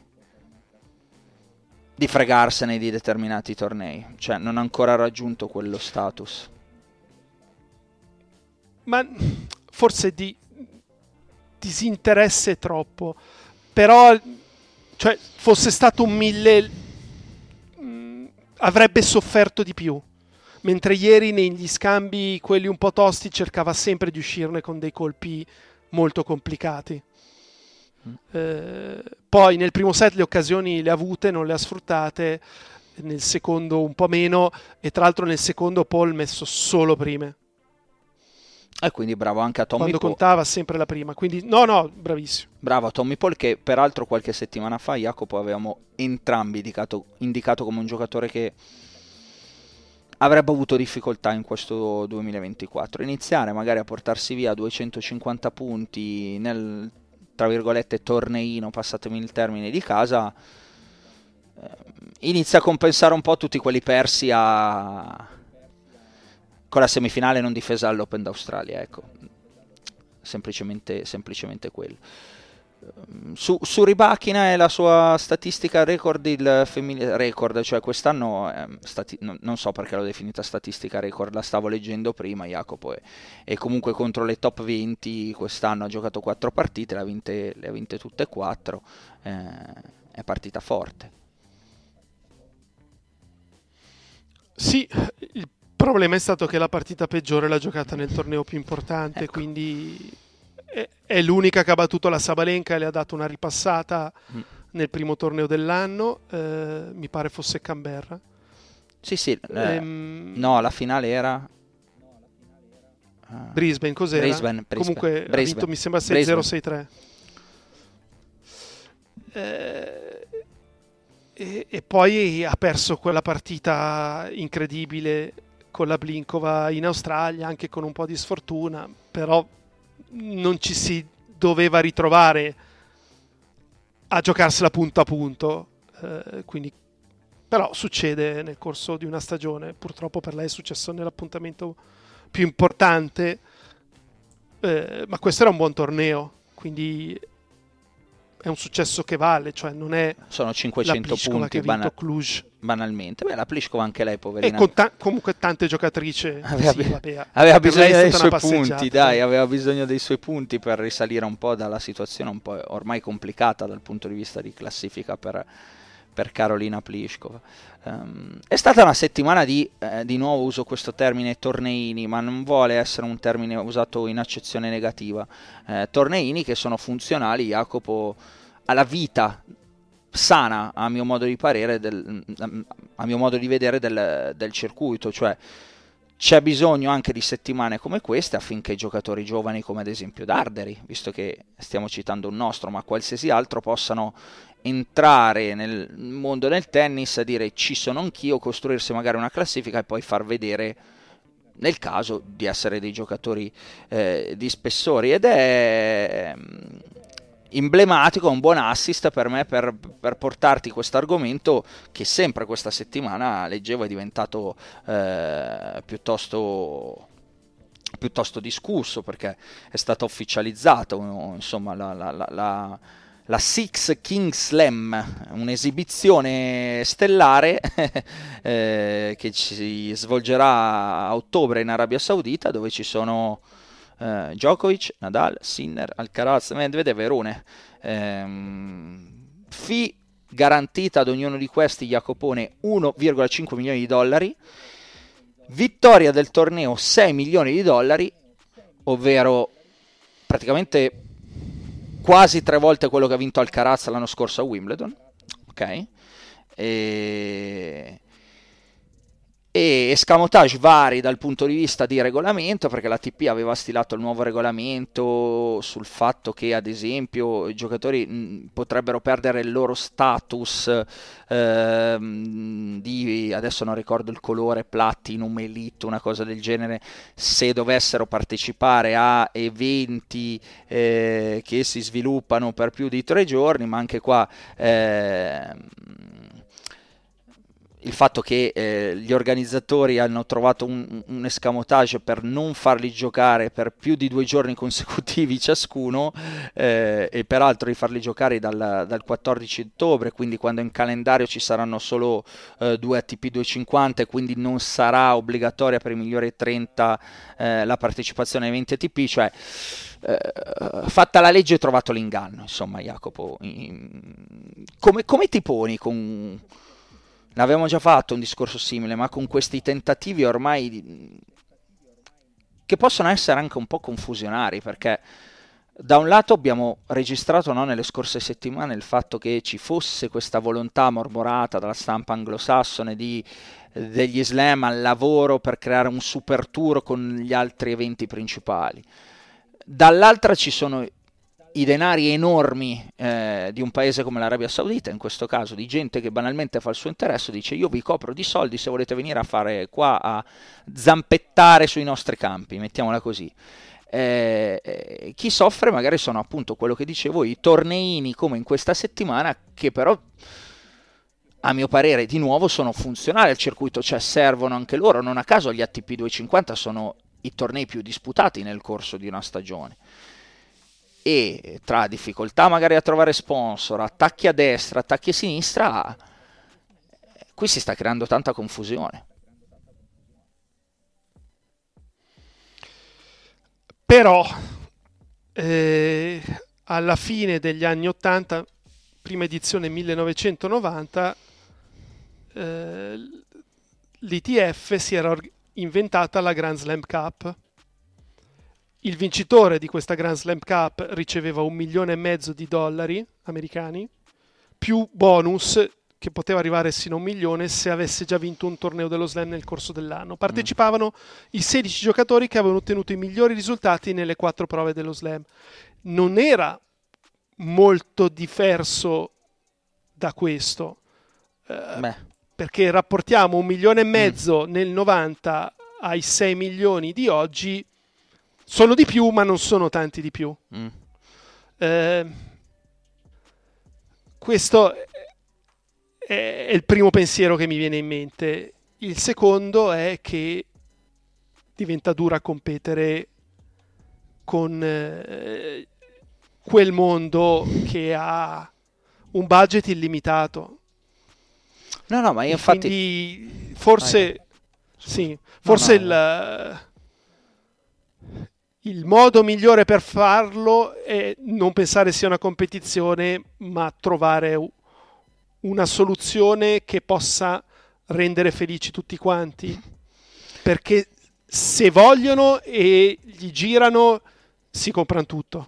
[SPEAKER 3] di fregarsene di determinati tornei. Cioè, non ha ancora raggiunto quello status.
[SPEAKER 5] Ma forse di... disinteresse è troppo, però cioè, fosse stato un mille mh, avrebbe sofferto di più, mentre ieri negli scambi quelli un po' tosti cercava sempre di uscirne con dei colpi molto complicati. Eh, poi nel primo set le occasioni le ha avute, non le ha sfruttate, nel secondo un po' meno, e tra l'altro nel secondo Paul messo solo prime.
[SPEAKER 3] E quindi bravo anche a Tommy
[SPEAKER 5] Quando
[SPEAKER 3] Paul.
[SPEAKER 5] contava sempre la prima, quindi no no, bravissimo.
[SPEAKER 3] Bravo a Tommy Paul, che peraltro qualche settimana fa Jacopo avevamo entrambi indicato, indicato come un giocatore che avrebbe avuto difficoltà in questo duemilaventiquattro. Iniziare magari a portarsi via duecentocinquanta punti nel, tra virgolette, torneino, passatemi il termine, di casa, eh, inizia a compensare un po' tutti quelli persi a... con la semifinale non difesa all'Open d'Australia, ecco, semplicemente, semplicemente quello. Su, su Rybakina e la sua statistica record, il femminile record, cioè quest'anno, eh, stati, no, non so perché l'ho definita statistica record, la stavo leggendo prima, Jacopo, e, e comunque contro le top venti quest'anno ha giocato quattro partite, le ha vinte, le ha vinte tutte e quattro, eh, è partita forte.
[SPEAKER 5] Sì, il problema è stato che la partita peggiore l'ha giocata nel torneo più importante,
[SPEAKER 3] ecco.
[SPEAKER 5] Quindi è, è l'unica che ha battuto la Sabalenka e le ha dato una ripassata mm. nel primo torneo dell'anno, eh, mi pare fosse Canberra.
[SPEAKER 3] Sì, sì, eh,
[SPEAKER 5] ehm...
[SPEAKER 3] no, la finale era...
[SPEAKER 5] Uh, Brisbane, cos'era?
[SPEAKER 3] Brisbane, Brisbane,
[SPEAKER 5] Comunque
[SPEAKER 3] Brisbane,
[SPEAKER 5] ha vinto, mi sembra sei zero sei tre. Eh, e, e poi ha perso quella partita incredibile con la Blinkova in Australia, anche con un po' di sfortuna, però non ci si doveva ritrovare a giocarsela punto a punto, eh, quindi però succede nel corso di una stagione. Purtroppo per lei è successo nell'appuntamento più importante, eh, ma questo era un buon torneo, quindi è un successo che vale, cioè non è
[SPEAKER 3] sono cinquecento punti
[SPEAKER 5] che ha vinto Cluj.
[SPEAKER 3] Banalmente. Beh, la Pliskova anche lei, poverina,
[SPEAKER 5] e con ta- comunque tante giocatrici
[SPEAKER 3] aveva,
[SPEAKER 5] sì, vabbè,
[SPEAKER 3] aveva bisogno dei suoi
[SPEAKER 5] punti,
[SPEAKER 3] dai, dai aveva bisogno dei suoi punti per risalire un po' dalla situazione un po' ormai complicata dal punto di vista di classifica per, per Karolina Pliskova. Um, è stata una settimana di, eh, di nuovo uso questo termine, torneini, ma non vuole essere un termine usato in accezione negativa, eh, torneini che sono funzionali, Jacopo, alla vita sana, a mio modo di parere, del, a mio modo di vedere, del, del circuito. Cioè c'è bisogno anche di settimane come queste affinché i giocatori giovani, come ad esempio Darderi, visto che stiamo citando un nostro, ma qualsiasi altro, possano entrare nel mondo del tennis, dire ci sono anch'io, costruirsi magari una classifica e poi far vedere, nel caso, di essere dei giocatori eh, di spessori. Ed è emblematico, un buon assist per me per, per portarti questo argomento che sempre questa settimana leggevo è diventato eh, piuttosto piuttosto discusso, perché è stato ufficializzato, insomma, la, la, la, la, la Six Kings Slam, un'esibizione stellare eh, che si svolgerà a ottobre in Arabia Saudita, dove ci sono Uh, Djokovic, Nadal, Sinner, Alcaraz, Medvedev e Rune. Um, fee garantita ad ognuno di questi, Jacopone, uno virgola cinque milioni di dollari. Vittoria del torneo sei milioni di dollari, ovvero praticamente quasi tre volte quello che ha vinto Alcaraz l'anno scorso a Wimbledon. Ok? E... e escamotage vari dal punto di vista di regolamento, perché l'A T P aveva stilato il nuovo regolamento sul fatto che, ad esempio, i giocatori mh, potrebbero perdere il loro status eh, di, adesso non ricordo il colore, Platinum, Elite, una cosa del genere, se dovessero partecipare a eventi eh, che si sviluppano per più di tre giorni, ma anche qua eh, il fatto che eh, gli organizzatori hanno trovato un, un escamotage per non farli giocare per più di due giorni consecutivi ciascuno, eh, e peraltro di farli giocare dal, dal quattordici ottobre, quindi quando in calendario ci saranno solo eh, due A T P duecentocinquanta e quindi non sarà obbligatoria per i migliori trenta eh, la partecipazione ai venti A T P, cioè eh, fatta la legge ho trovato l'inganno, insomma. Jacopo, come, come ti poni con... L'avevamo già fatto un discorso simile, ma con questi tentativi ormai che possono essere anche un po' confusionari, perché da un lato abbiamo registrato, no, nelle scorse settimane il fatto che ci fosse questa volontà mormorata dalla stampa anglosassone di, degli slam al lavoro per creare un super tour con gli altri eventi principali. Dall'altra ci sono i denari enormi eh, di un paese come l'Arabia Saudita, in questo caso di gente che banalmente fa il suo interesse, dice io vi copro di soldi se volete venire a fare qua a zampettare sui nostri campi, mettiamola così. Eh, eh, chi soffre magari sono appunto quello che dicevo, i torneini come in questa settimana, che però a mio parere di nuovo sono funzionali al circuito, cioè servono anche loro. Non a caso gli A T P duecentocinquanta sono i tornei più disputati nel corso di una stagione, e tra difficoltà magari a trovare sponsor, attacchi a destra, attacchi a sinistra, qui si sta creando tanta confusione.
[SPEAKER 5] Però eh, alla fine degli anni ottanta, prima edizione millenovecentonovanta, eh, l'I T F si era inventata la Grand Slam Cup. Il vincitore di questa Grand Slam Cup riceveva un milione e mezzo di dollari americani, più bonus che poteva arrivare sino a un milione se avesse già vinto un torneo dello Slam nel corso dell'anno. Partecipavano mm. i sedici giocatori che avevano ottenuto i migliori risultati nelle quattro prove dello Slam. Non era molto diverso da questo, eh, perché rapportiamo un milione e mezzo mm. nel novanta ai sei milioni di oggi. Sono di più, ma non sono tanti di più. Mm. Eh, questo è il primo pensiero che mi viene in mente. Il secondo è che diventa dura competere con eh, quel mondo che ha un budget illimitato.
[SPEAKER 3] No, no, ma io infatti...
[SPEAKER 5] Quindi forse... Ah, sì, forse no, no, il... Il modo migliore per farlo è non pensare sia una competizione, ma trovare una soluzione che possa rendere felici tutti quanti. Perché se vogliono e gli girano, si comprano tutto.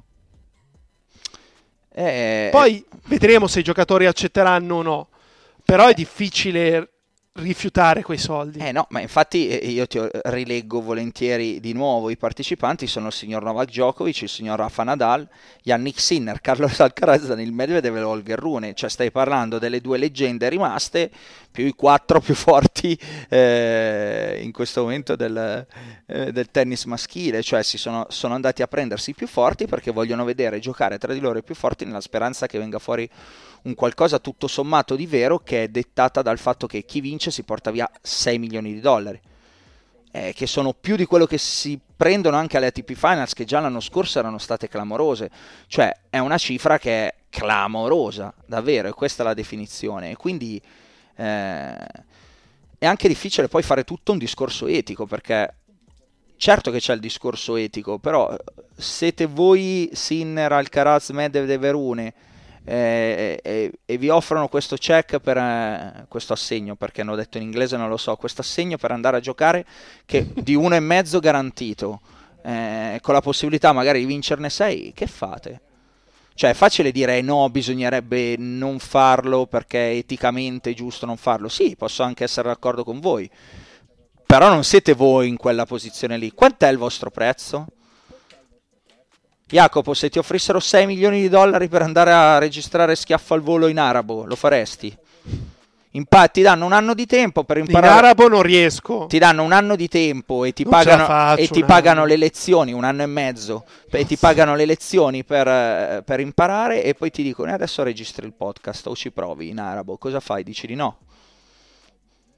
[SPEAKER 5] Eh... Poi vedremo se i giocatori accetteranno o no. Però è difficile rifiutare quei soldi.
[SPEAKER 3] Eh no, ma infatti io ti rileggo volentieri di nuovo i partecipanti: sono il signor Novak Djokovic, il signor Rafa Nadal, Yannick Sinner, Carlos Alcaraz, Daniil Medvedev e Holger Rune. Cioè stai parlando delle due leggende rimaste più i quattro più forti eh, in questo momento del, eh, del tennis maschile. Cioè si sono, sono andati a prendersi i più forti perché vogliono vedere giocare tra di loro i più forti, nella speranza che venga fuori un qualcosa tutto sommato di vero, che è dettata dal fatto che chi vince si porta via sei milioni di dollari, eh, che sono più di quello che si prendono anche alle A T P Finals, che già l'anno scorso erano state clamorose. Cioè è una cifra che è clamorosa, davvero, e questa è la definizione. E quindi eh, è anche difficile poi fare tutto un discorso etico, perché certo che c'è il discorso etico, però siete voi Sinner, Alcaraz, Medvedev e Rune, E, e, e vi offrono questo check per eh, questo assegno, perché hanno detto in inglese, non lo so, questo assegno per andare a giocare, che di uno e mezzo garantito, eh, con la possibilità magari di vincerne sei, che fate? Cioè è facile dire no, bisognerebbe non farlo perché eticamente è giusto non farlo. Sì, posso anche essere d'accordo con voi, però non siete voi in quella posizione lì. Quant'è il vostro prezzo? Jacopo, se ti offrissero sei milioni di dollari per andare a registrare schiaffo al volo in arabo, lo faresti? Infatti ti danno un anno di tempo per imparare.
[SPEAKER 5] In arabo non riesco.
[SPEAKER 3] Ti danno un anno di tempo e ti non pagano, faccio, e ti pagano le lezioni, un anno e mezzo, e ti pagano le lezioni per, per imparare, e poi ti dicono adesso registri il podcast o ci provi in arabo. Cosa fai? Dici di no?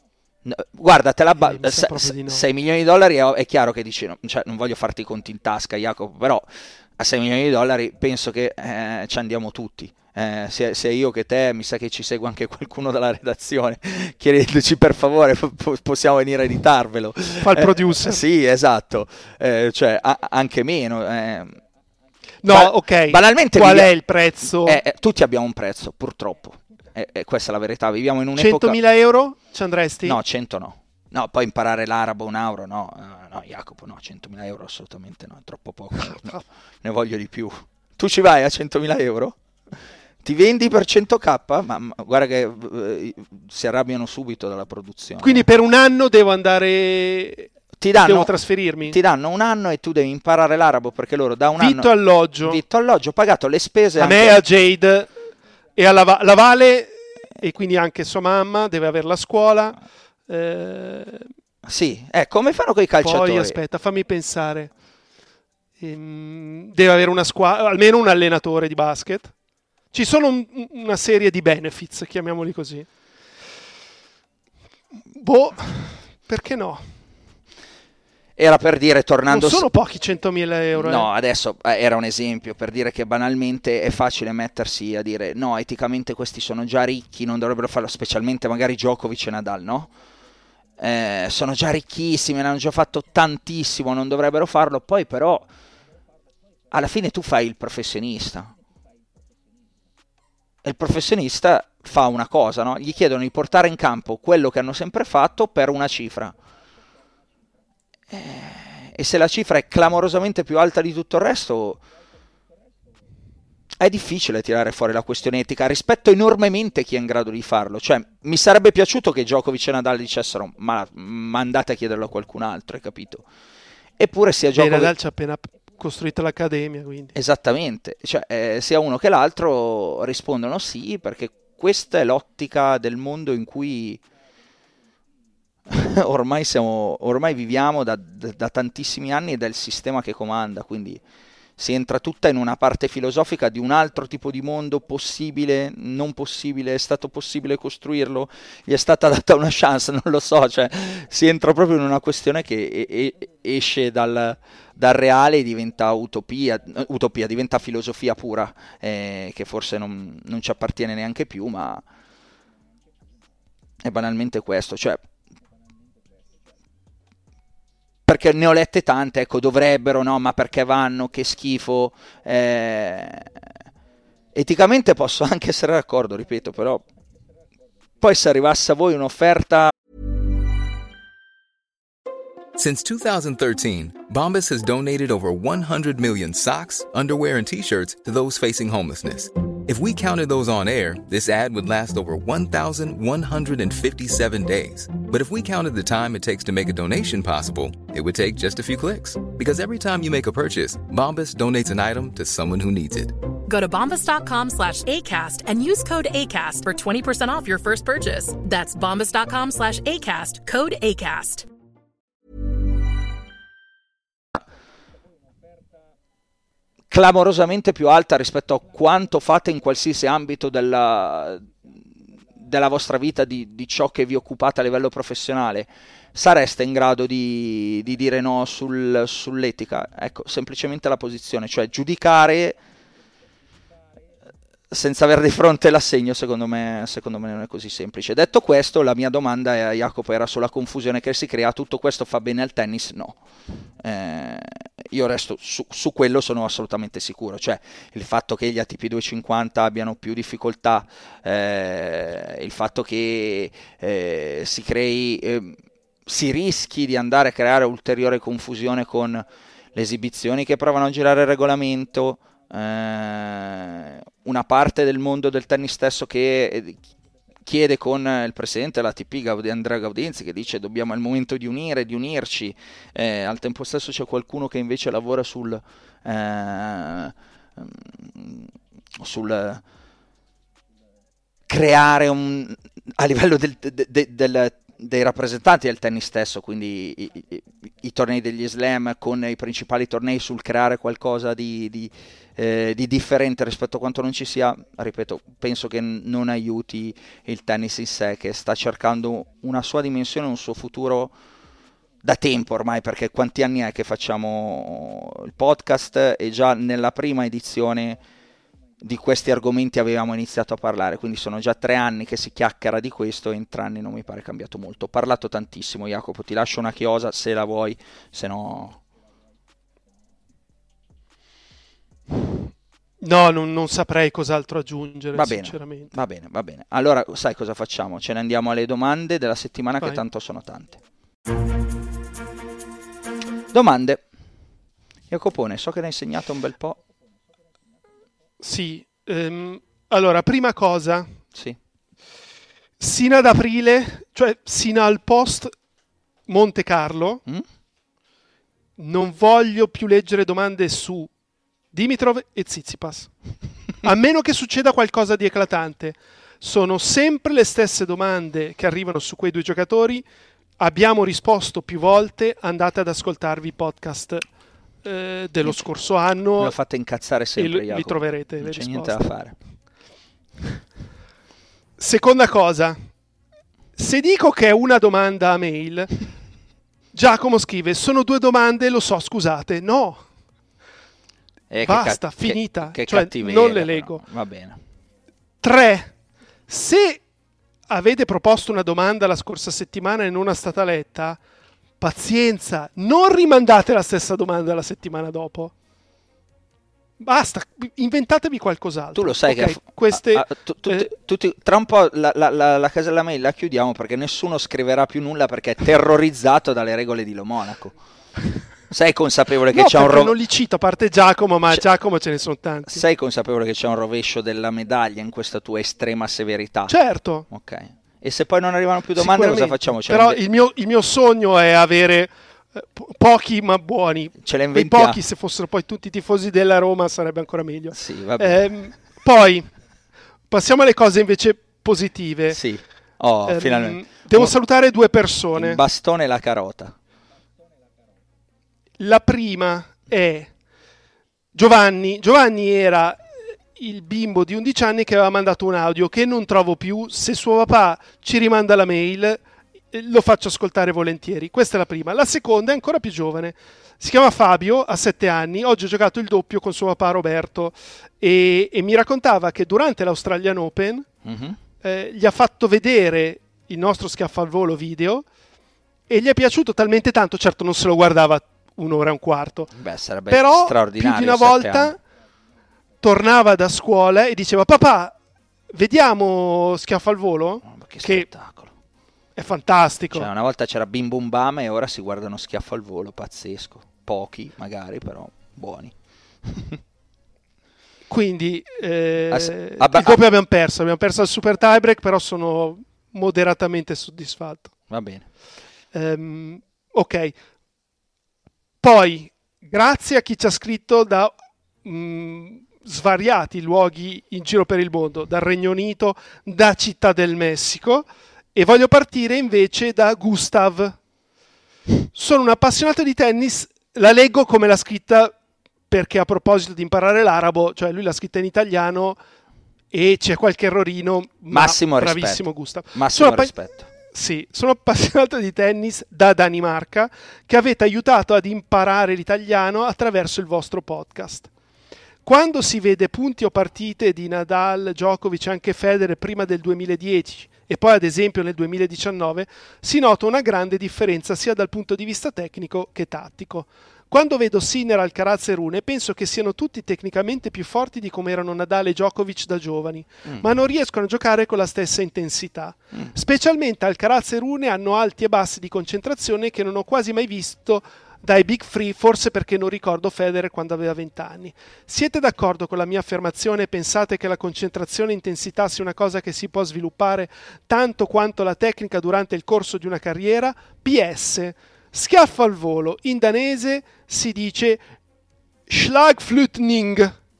[SPEAKER 3] No, guarda, te la ba-
[SPEAKER 5] Eh, mi sa
[SPEAKER 3] se-
[SPEAKER 5] proprio di no.
[SPEAKER 3] sei milioni di dollari è, è chiaro che dici, no, cioè, non voglio farti i conti in tasca, Jacopo, però a sei milioni di dollari penso che eh, ci andiamo tutti. Eh, sia, sia io che te, mi sa che ci segue anche qualcuno dalla redazione, chiedendoci per favore, po- possiamo venire a editarvelo.
[SPEAKER 5] Fa il
[SPEAKER 3] Eh,
[SPEAKER 5] producer.
[SPEAKER 3] sì, esatto, eh, cioè a- anche meno. Eh.
[SPEAKER 5] No,
[SPEAKER 3] Ba-
[SPEAKER 5] ok.
[SPEAKER 3] banalmente
[SPEAKER 5] Qual
[SPEAKER 3] vivi-
[SPEAKER 5] è il prezzo?
[SPEAKER 3] Eh, eh, tutti abbiamo un prezzo, purtroppo. Eh, eh, questa è la verità, viviamo in un'epoca...
[SPEAKER 5] centomila euro ci andresti?
[SPEAKER 3] No, cento no. No, poi imparare l'arabo, un euro, no. No, no, Jacopo, no, centomila euro assolutamente no, è troppo poco. No, ne voglio di più. Tu ci vai a centomila euro? Ti vendi per cento k? Ma, ma guarda che eh, si arrabbiano subito dalla produzione.
[SPEAKER 5] Quindi per un anno devo andare...
[SPEAKER 3] ti danno,
[SPEAKER 5] devo trasferirmi?
[SPEAKER 3] Ti danno un anno e tu devi imparare l'arabo perché loro da un
[SPEAKER 5] Vitto,
[SPEAKER 3] anno...
[SPEAKER 5] alloggio.
[SPEAKER 3] Vitto, alloggio, pagato le spese
[SPEAKER 5] A
[SPEAKER 3] anche...
[SPEAKER 5] me e a Jade e alla Va- la Vale, e quindi anche sua mamma deve avere la scuola. Eh,
[SPEAKER 3] Sì, eh, come fanno con i calciatori?
[SPEAKER 5] poi aspetta, fammi pensare. Ehm, deve avere una squadra, almeno un allenatore di basket. Ci sono un- una serie di benefits, chiamiamoli così. Boh, perché no?
[SPEAKER 3] Era per dire, tornando...
[SPEAKER 5] Non sono pochi centomila euro.
[SPEAKER 3] No,
[SPEAKER 5] eh.
[SPEAKER 3] adesso eh, era un esempio per dire che banalmente è facile mettersi a dire no, eticamente questi sono già ricchi, non dovrebbero farlo, specialmente magari Djokovic e Nadal, no? Eh, sono già ricchissimi, ne hanno già fatto tantissimo, non dovrebbero farlo, poi però alla fine tu fai il professionista. E il professionista fa una cosa, no? Gli chiedono di portare in campo quello che hanno sempre fatto per una cifra. E se la cifra è clamorosamente più alta di tutto il resto, è difficile tirare fuori la questione etica. Rispetto enormemente chi è in grado di farlo. Cioè, mi sarebbe piaciuto che Djokovic e Nadal dicessero ma, ma andate a chiederlo a qualcun altro, hai capito? Eppure sia
[SPEAKER 5] E
[SPEAKER 3] Djokovic...
[SPEAKER 5] Nadal ci ha appena costruito l'accademia, quindi.
[SPEAKER 3] Esattamente, cioè, eh, sia uno che l'altro rispondono sì, perché questa è l'ottica del mondo in cui ormai siamo, ormai viviamo da, da, da tantissimi anni ed è il sistema che comanda, quindi si entra tutta in una parte filosofica di un altro tipo di mondo possibile, non possibile, è stato possibile costruirlo, gli è stata data una chance, non lo so, cioè si entra proprio in una questione che e, e, esce dal, dal reale e diventa utopia, utopia, diventa filosofia pura, eh, che forse non, non ci appartiene neanche più, ma è banalmente questo, cioè perché ne ho lette tante, ecco, dovrebbero, no, ma perché vanno, che schifo, eh... eticamente posso anche essere d'accordo, ripeto, però poi se arrivasse a voi un'offerta...
[SPEAKER 7] Since two thousand thirteen, Bombas has donated over one hundred million socks, underwear, and T-shirts to those facing homelessness. If we counted those on air, this ad would last over one thousand one hundred fifty-seven days. But if we counted the time it takes to make a donation possible, it would take just a few clicks. Because every time you make a purchase, Bombas donates an item to someone who needs it.
[SPEAKER 8] Go to bombas.com slash ACAST and use code ACAST for twenty percent off your first purchase. That's bombas.com slash ACAST, code ACAST.
[SPEAKER 3] Clamorosamente più alta rispetto a quanto fate in qualsiasi ambito della, della vostra vita, di, di ciò che vi occupate a livello professionale, sareste in grado di, di dire no sul, sull'etica? Ecco, semplicemente la posizione, cioè giudicare senza avere di fronte l'assegno, secondo me, secondo me non è così semplice. Detto questo, la mia domanda a Jacopo era sulla confusione che si crea. Tutto questo fa bene al tennis? No. Eh, io resto su, su quello sono assolutamente sicuro, cioè il fatto che gli A T P duecentocinquanta abbiano più difficoltà, eh, il fatto che eh, si crei, eh, si rischi di andare a creare ulteriore confusione con le esibizioni che provano a girare il regolamento, eh, una parte del mondo del tennis stesso che chiede con il presidente dell'A T P Andrea Gaudenzi, che dice dobbiamo al momento di unire, di unirci, eh, al tempo stesso c'è qualcuno che invece lavora sul eh, sul creare un, a livello del, de, de, del dei rappresentanti del tennis stesso, quindi i, i, i tornei degli slam con i principali tornei, sul creare qualcosa di, di, eh, di differente rispetto a quanto non ci sia, ripeto, penso che n- non aiuti il tennis in sé, che sta cercando una sua dimensione, un suo futuro da tempo ormai, perché quanti anni è che facciamo il podcast e già nella prima edizione di questi argomenti avevamo iniziato a parlare, quindi sono già tre anni che si chiacchiera di questo e in tre anni non mi pare cambiato molto. Ho parlato tantissimo, Jacopo, ti lascio una chiosa se la vuoi, se no...
[SPEAKER 5] No, non, non saprei cos'altro aggiungere,
[SPEAKER 3] va bene,
[SPEAKER 5] sinceramente.
[SPEAKER 3] Va bene, va bene. Allora, sai cosa facciamo? Ce ne andiamo alle domande della settimana. Vai. Che tanto sono tante. Domande. Jacopone, so che ne hai insegnato un bel po'.
[SPEAKER 5] Sì, ehm, allora, prima cosa,
[SPEAKER 3] sì.
[SPEAKER 5] sino ad aprile, cioè sino al post Monte Carlo, mm? non voglio più leggere domande su Dimitrov e Tsitsipas, a meno che succeda qualcosa di eclatante. Sono sempre le stesse domande che arrivano su quei due giocatori, abbiamo risposto più volte, andate ad ascoltarvi i podcast Eh, dello scorso anno.
[SPEAKER 3] Me lo fate incazzare sempre,
[SPEAKER 5] e li troverete
[SPEAKER 3] non
[SPEAKER 5] le
[SPEAKER 3] c'è
[SPEAKER 5] risposte.
[SPEAKER 3] Niente da fare.
[SPEAKER 5] Seconda cosa, se dico che è una domanda a mail, Giacomo scrive sono due domande, lo so, scusate. No,
[SPEAKER 3] eh,
[SPEAKER 5] basta,
[SPEAKER 3] che,
[SPEAKER 5] finita,
[SPEAKER 3] che, che
[SPEAKER 5] cioè,
[SPEAKER 3] cattiveria,
[SPEAKER 5] non le leggo.
[SPEAKER 3] Però. Va bene.
[SPEAKER 5] Tre, se avete proposto una domanda la scorsa settimana e non è stata letta, pazienza, non rimandate la stessa domanda la settimana dopo. Basta, inventatevi qualcos'altro.
[SPEAKER 3] Tu lo sai
[SPEAKER 5] okay,
[SPEAKER 3] che
[SPEAKER 5] queste,
[SPEAKER 3] a, a, tu, tu,
[SPEAKER 5] eh,
[SPEAKER 3] tu, tu, tra un po' la, la, la, la casella mail la chiudiamo perché nessuno scriverà più nulla perché è terrorizzato dalle regole di Lo Monaco. Sei consapevole che
[SPEAKER 5] no,
[SPEAKER 3] c'è un rovescio?
[SPEAKER 5] Non li cito, a parte Giacomo, ma
[SPEAKER 3] c'è...
[SPEAKER 5] Giacomo ce ne sono tanti.
[SPEAKER 3] Sei consapevole che c'è un rovescio della medaglia in questa tua estrema severità?
[SPEAKER 5] Certo.
[SPEAKER 3] Ok. E se poi non arrivano più domande cosa facciamo? Ce
[SPEAKER 5] Però il mio, il mio sogno è avere eh, po- pochi ma buoni.
[SPEAKER 3] Ce le
[SPEAKER 5] e pochi, se fossero poi tutti i tifosi della Roma sarebbe ancora meglio.
[SPEAKER 3] Sì, va bene.
[SPEAKER 5] Eh, poi passiamo alle cose invece positive.
[SPEAKER 3] Sì. Oh,
[SPEAKER 5] eh,
[SPEAKER 3] finalmente.
[SPEAKER 5] Devo oh, salutare due persone.
[SPEAKER 3] Il bastone e la carota.
[SPEAKER 5] La prima è Giovanni. Giovanni era il bimbo di undici anni che aveva mandato un audio che non trovo più. Se suo papà ci rimanda la mail lo faccio ascoltare volentieri. Questa è la prima. La seconda è ancora più giovane, si chiama Fabio, ha sette anni, oggi ha giocato il doppio con suo papà Roberto e, e mi raccontava che durante l'Australian Open mm-hmm. eh, gli ha fatto vedere il nostro schiaffo al volo video e gli è piaciuto talmente tanto, certo non se lo guardava un'ora e un quarto.
[SPEAKER 3] Beh, sarebbe
[SPEAKER 5] però
[SPEAKER 3] straordinario,
[SPEAKER 5] più di una volta
[SPEAKER 3] anni.
[SPEAKER 5] tornava da scuola e diceva papà vediamo Schiaffo al volo,
[SPEAKER 3] oh, che,
[SPEAKER 5] che
[SPEAKER 3] spettacolo,
[SPEAKER 5] è fantastico.
[SPEAKER 3] Cioè, una volta c'era Bim Bum Bam e ora si guardano Schiaffo al volo, pazzesco, pochi magari però buoni.
[SPEAKER 5] Quindi eh,
[SPEAKER 3] Ass-
[SPEAKER 5] il
[SPEAKER 3] abba-
[SPEAKER 5] doppio abbiamo perso abbiamo perso il super tiebreak, però sono moderatamente soddisfatto.
[SPEAKER 3] Va bene.
[SPEAKER 5] Um, ok, poi grazie a chi ci ha scritto da mh, svariati luoghi in giro per il mondo, dal Regno Unito, da Città del Messico, e voglio partire invece da Gustav. Sono un appassionato di tennis, la leggo come l'ha scritta perché a proposito di imparare l'arabo, cioè lui l'ha scritta in italiano e c'è qualche errorino, ma
[SPEAKER 3] massimo
[SPEAKER 5] bravissimo
[SPEAKER 3] rispetto.
[SPEAKER 5] Gustav.
[SPEAKER 3] Massimo
[SPEAKER 5] Sono
[SPEAKER 3] rispetto.
[SPEAKER 5] appa- Sì, sono appassionato di tennis da Danimarca, che avete aiutato ad imparare l'italiano attraverso il vostro podcast. Quando si vede punti o partite di Nadal, Djokovic e anche Federer prima del duemiladieci e poi ad esempio nel duemiladiciannove, si nota una grande differenza sia dal punto di vista tecnico che tattico. Quando vedo Sinner, Alcaraz e Rune penso che siano tutti tecnicamente più forti di come erano Nadal e Djokovic da giovani, mm. ma non riescono a giocare con la stessa intensità. Mm. Specialmente Alcaraz e Rune hanno alti e bassi di concentrazione che non ho quasi mai visto dai Big Three, forse perché non ricordo Federer quando aveva venti anni. Siete d'accordo con la mia affermazione e pensate che la concentrazione e intensità sia una cosa che si può sviluppare tanto quanto la tecnica durante il corso di una carriera? P S Schiaffo al volo, in danese si dice slagflytning.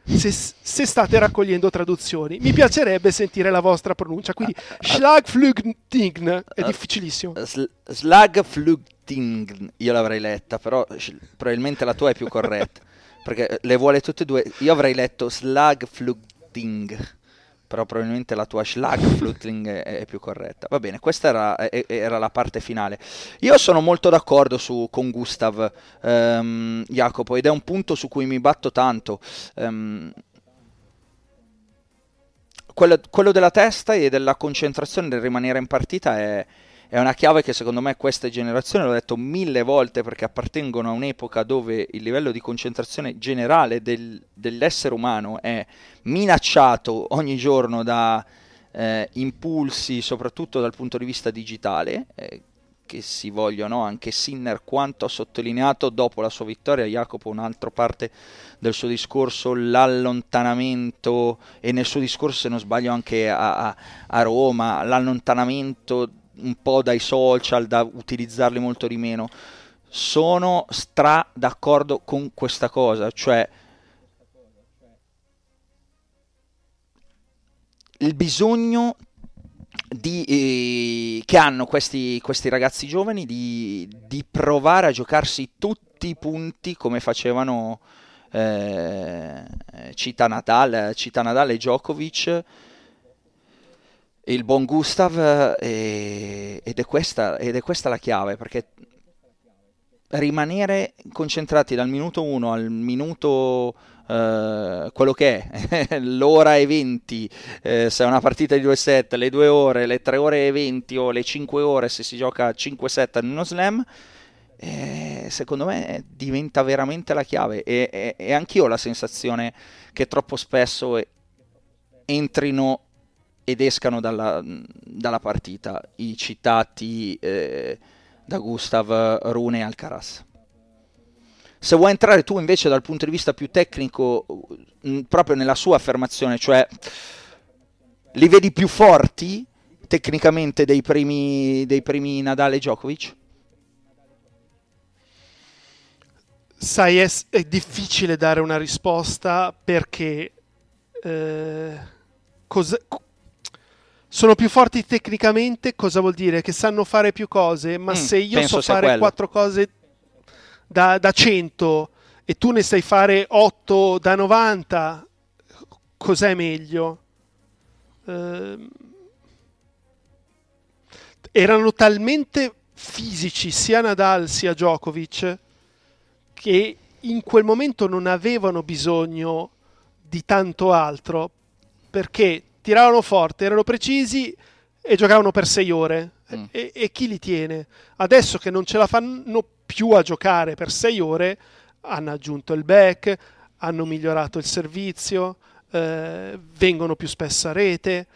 [SPEAKER 5] se, se state raccogliendo traduzioni. Mi piacerebbe sentire la vostra pronuncia, quindi Schlagflugting è difficilissimo.
[SPEAKER 3] Schlagflugting, io l'avrei letta, però probabilmente la tua è più corretta, perché le vuole tutte e due. Io avrei letto Schlagflugting, però probabilmente la tua Schlagflugting è, è più corretta. Va bene, questa era, era la parte finale. Io sono molto d'accordo su, con Gustav, um, Jacopo, ed è un punto su cui mi batto tanto. Um, quello, quello della testa e della concentrazione, del rimanere in partita è, è una chiave che secondo me queste generazioni, l'ho detto mille volte, perché appartengono a un'epoca dove il livello di concentrazione generale del, dell'essere umano è minacciato ogni giorno da eh, impulsi, soprattutto dal punto di vista digitale, eh, che si vogliono. Anche Sinner quanto ha sottolineato dopo la sua vittoria, Jacopo, un'altra parte del suo discorso, l'allontanamento, e nel suo discorso, se non sbaglio anche a, a, a Roma, l'allontanamento un po' dai social, da utilizzarli molto di meno. Sono stra d'accordo con questa cosa, cioè il bisogno di, eh, che hanno questi, questi ragazzi giovani di, di provare a giocarsi tutti i punti come facevano eh, Cita Nadal, Cita Nadal e Djokovic, il buon Gustav, eh, ed, è questa, ed è questa la chiave, perché rimanere concentrati dal minuto uno al minuto eh, quello che è l'ora e venti, eh, se è una partita di due set, le due ore, le tre ore e venti o le cinque ore se si gioca cinque set in uno slam, eh, secondo me diventa veramente la chiave. E, e, e anch'io ho la sensazione che troppo spesso entrino ed escano dalla, dalla partita i citati eh, da Gustav, Rune e Alcaraz. Se vuoi entrare tu invece dal punto di vista più tecnico, mh, proprio nella sua affermazione, cioè li vedi più forti tecnicamente dei primi, dei primi Nadal e Djokovic?
[SPEAKER 5] Sai, è, è difficile dare una risposta, perché eh, cosa... sono più forti tecnicamente. Cosa vuol dire? Che sanno fare più cose, ma mm, se io so fare quello. quattro cose da, da cento e tu ne sai fare otto da novanta, cos'è meglio? Eh, erano talmente fisici sia Nadal sia Djokovic che in quel momento non avevano bisogno di tanto altro, perché tiravano forte, erano precisi e giocavano per sei ore. Mm. E, e chi li tiene? Adesso che non ce la fanno più a giocare per sei ore, hanno aggiunto il back, hanno migliorato il servizio, eh, vengono più spesso a rete,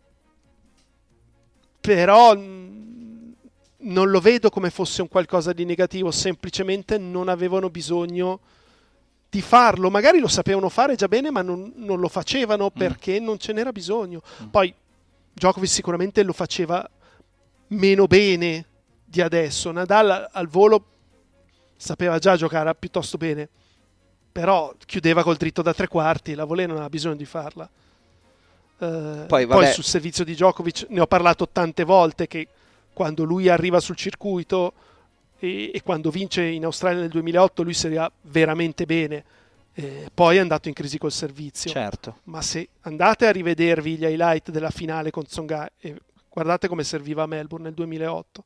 [SPEAKER 5] però mh, non lo vedo come fosse un qualcosa di negativo, semplicemente non avevano bisogno di farlo. Magari lo sapevano fare già bene, ma non, non lo facevano perché mm. non ce n'era bisogno. Mm. Poi Djokovic sicuramente lo faceva meno bene di adesso. Nadal al volo sapeva già giocare piuttosto bene, però chiudeva col dritto da tre quarti, la volée non aveva bisogno di farla. Uh, poi, poi sul servizio di Djokovic ne ho parlato tante volte, che quando lui arriva sul circuito e, e quando vince in Australia nel duemilaotto lui si va veramente bene, eh, poi è andato in crisi col servizio.
[SPEAKER 3] Certo.
[SPEAKER 5] Ma se andate a rivedervi gli highlight della finale con Tsonga e guardate come serviva a Melbourne nel duemilaotto.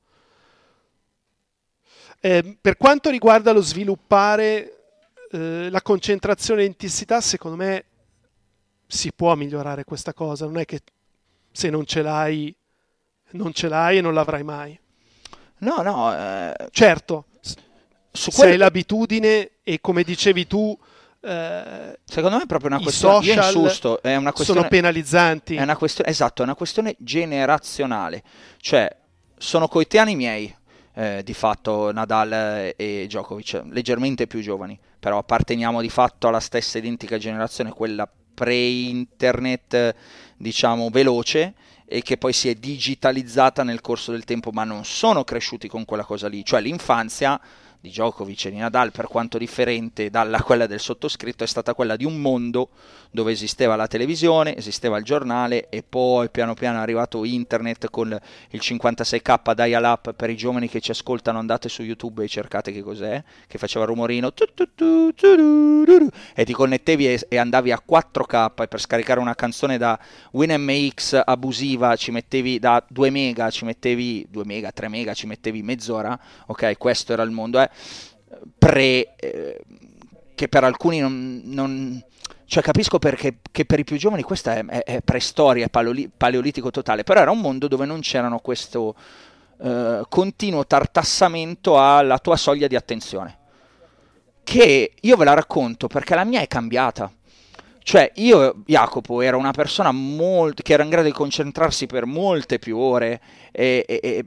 [SPEAKER 5] Eh, per quanto riguarda lo sviluppare eh, la concentrazione e intensità, secondo me si può migliorare questa cosa. Non è che se non ce l'hai non ce l'hai e non l'avrai mai.
[SPEAKER 3] No, no. Eh...
[SPEAKER 5] Certo,
[SPEAKER 3] su
[SPEAKER 5] se
[SPEAKER 3] quel...
[SPEAKER 5] hai l'abitudine e come dicevi tu, eh,
[SPEAKER 3] secondo me è proprio una questione.
[SPEAKER 5] Io
[SPEAKER 3] insusto, è una questione,
[SPEAKER 5] sono penalizzanti.
[SPEAKER 3] È una questione, esatto, è una questione generazionale. Cioè, sono coetanei miei. Eh, di fatto Nadal e Djokovic, leggermente più giovani, però apparteniamo di fatto alla stessa identica generazione, quella pre-internet, diciamo, veloce, e che poi si è digitalizzata nel corso del tempo, ma non sono cresciuti con quella cosa lì. Cioè l'infanzia di Djokovic e di Nadal, per quanto differente dalla quella del sottoscritto, è stata quella di un mondo dove esisteva la televisione, esisteva il giornale e poi piano piano è arrivato internet con il cinquantasei K dial-up. Per i giovani che ci ascoltano, andate su YouTube e cercate che cos'è, che faceva il rumorino tu tu tu tu tu tu, e ti connettevi e, e andavi a quattro K, e per scaricare una canzone da WinMX abusiva ci mettevi da due mega, ci mettevi due mega, tre mega, ci mettevi mezz'ora, ok, questo era il mondo, eh. pre eh, che per alcuni non, non cioè capisco perché che per i più giovani questa è, è, è preistoria, è paleoli, paleolitico totale, però era un mondo dove non c'erano questo eh, continuo tartassamento alla tua soglia di attenzione, che io ve la racconto perché la mia è cambiata. Cioè io, Jacopo, era una persona molto, che era in grado di concentrarsi per molte più ore e, e, e,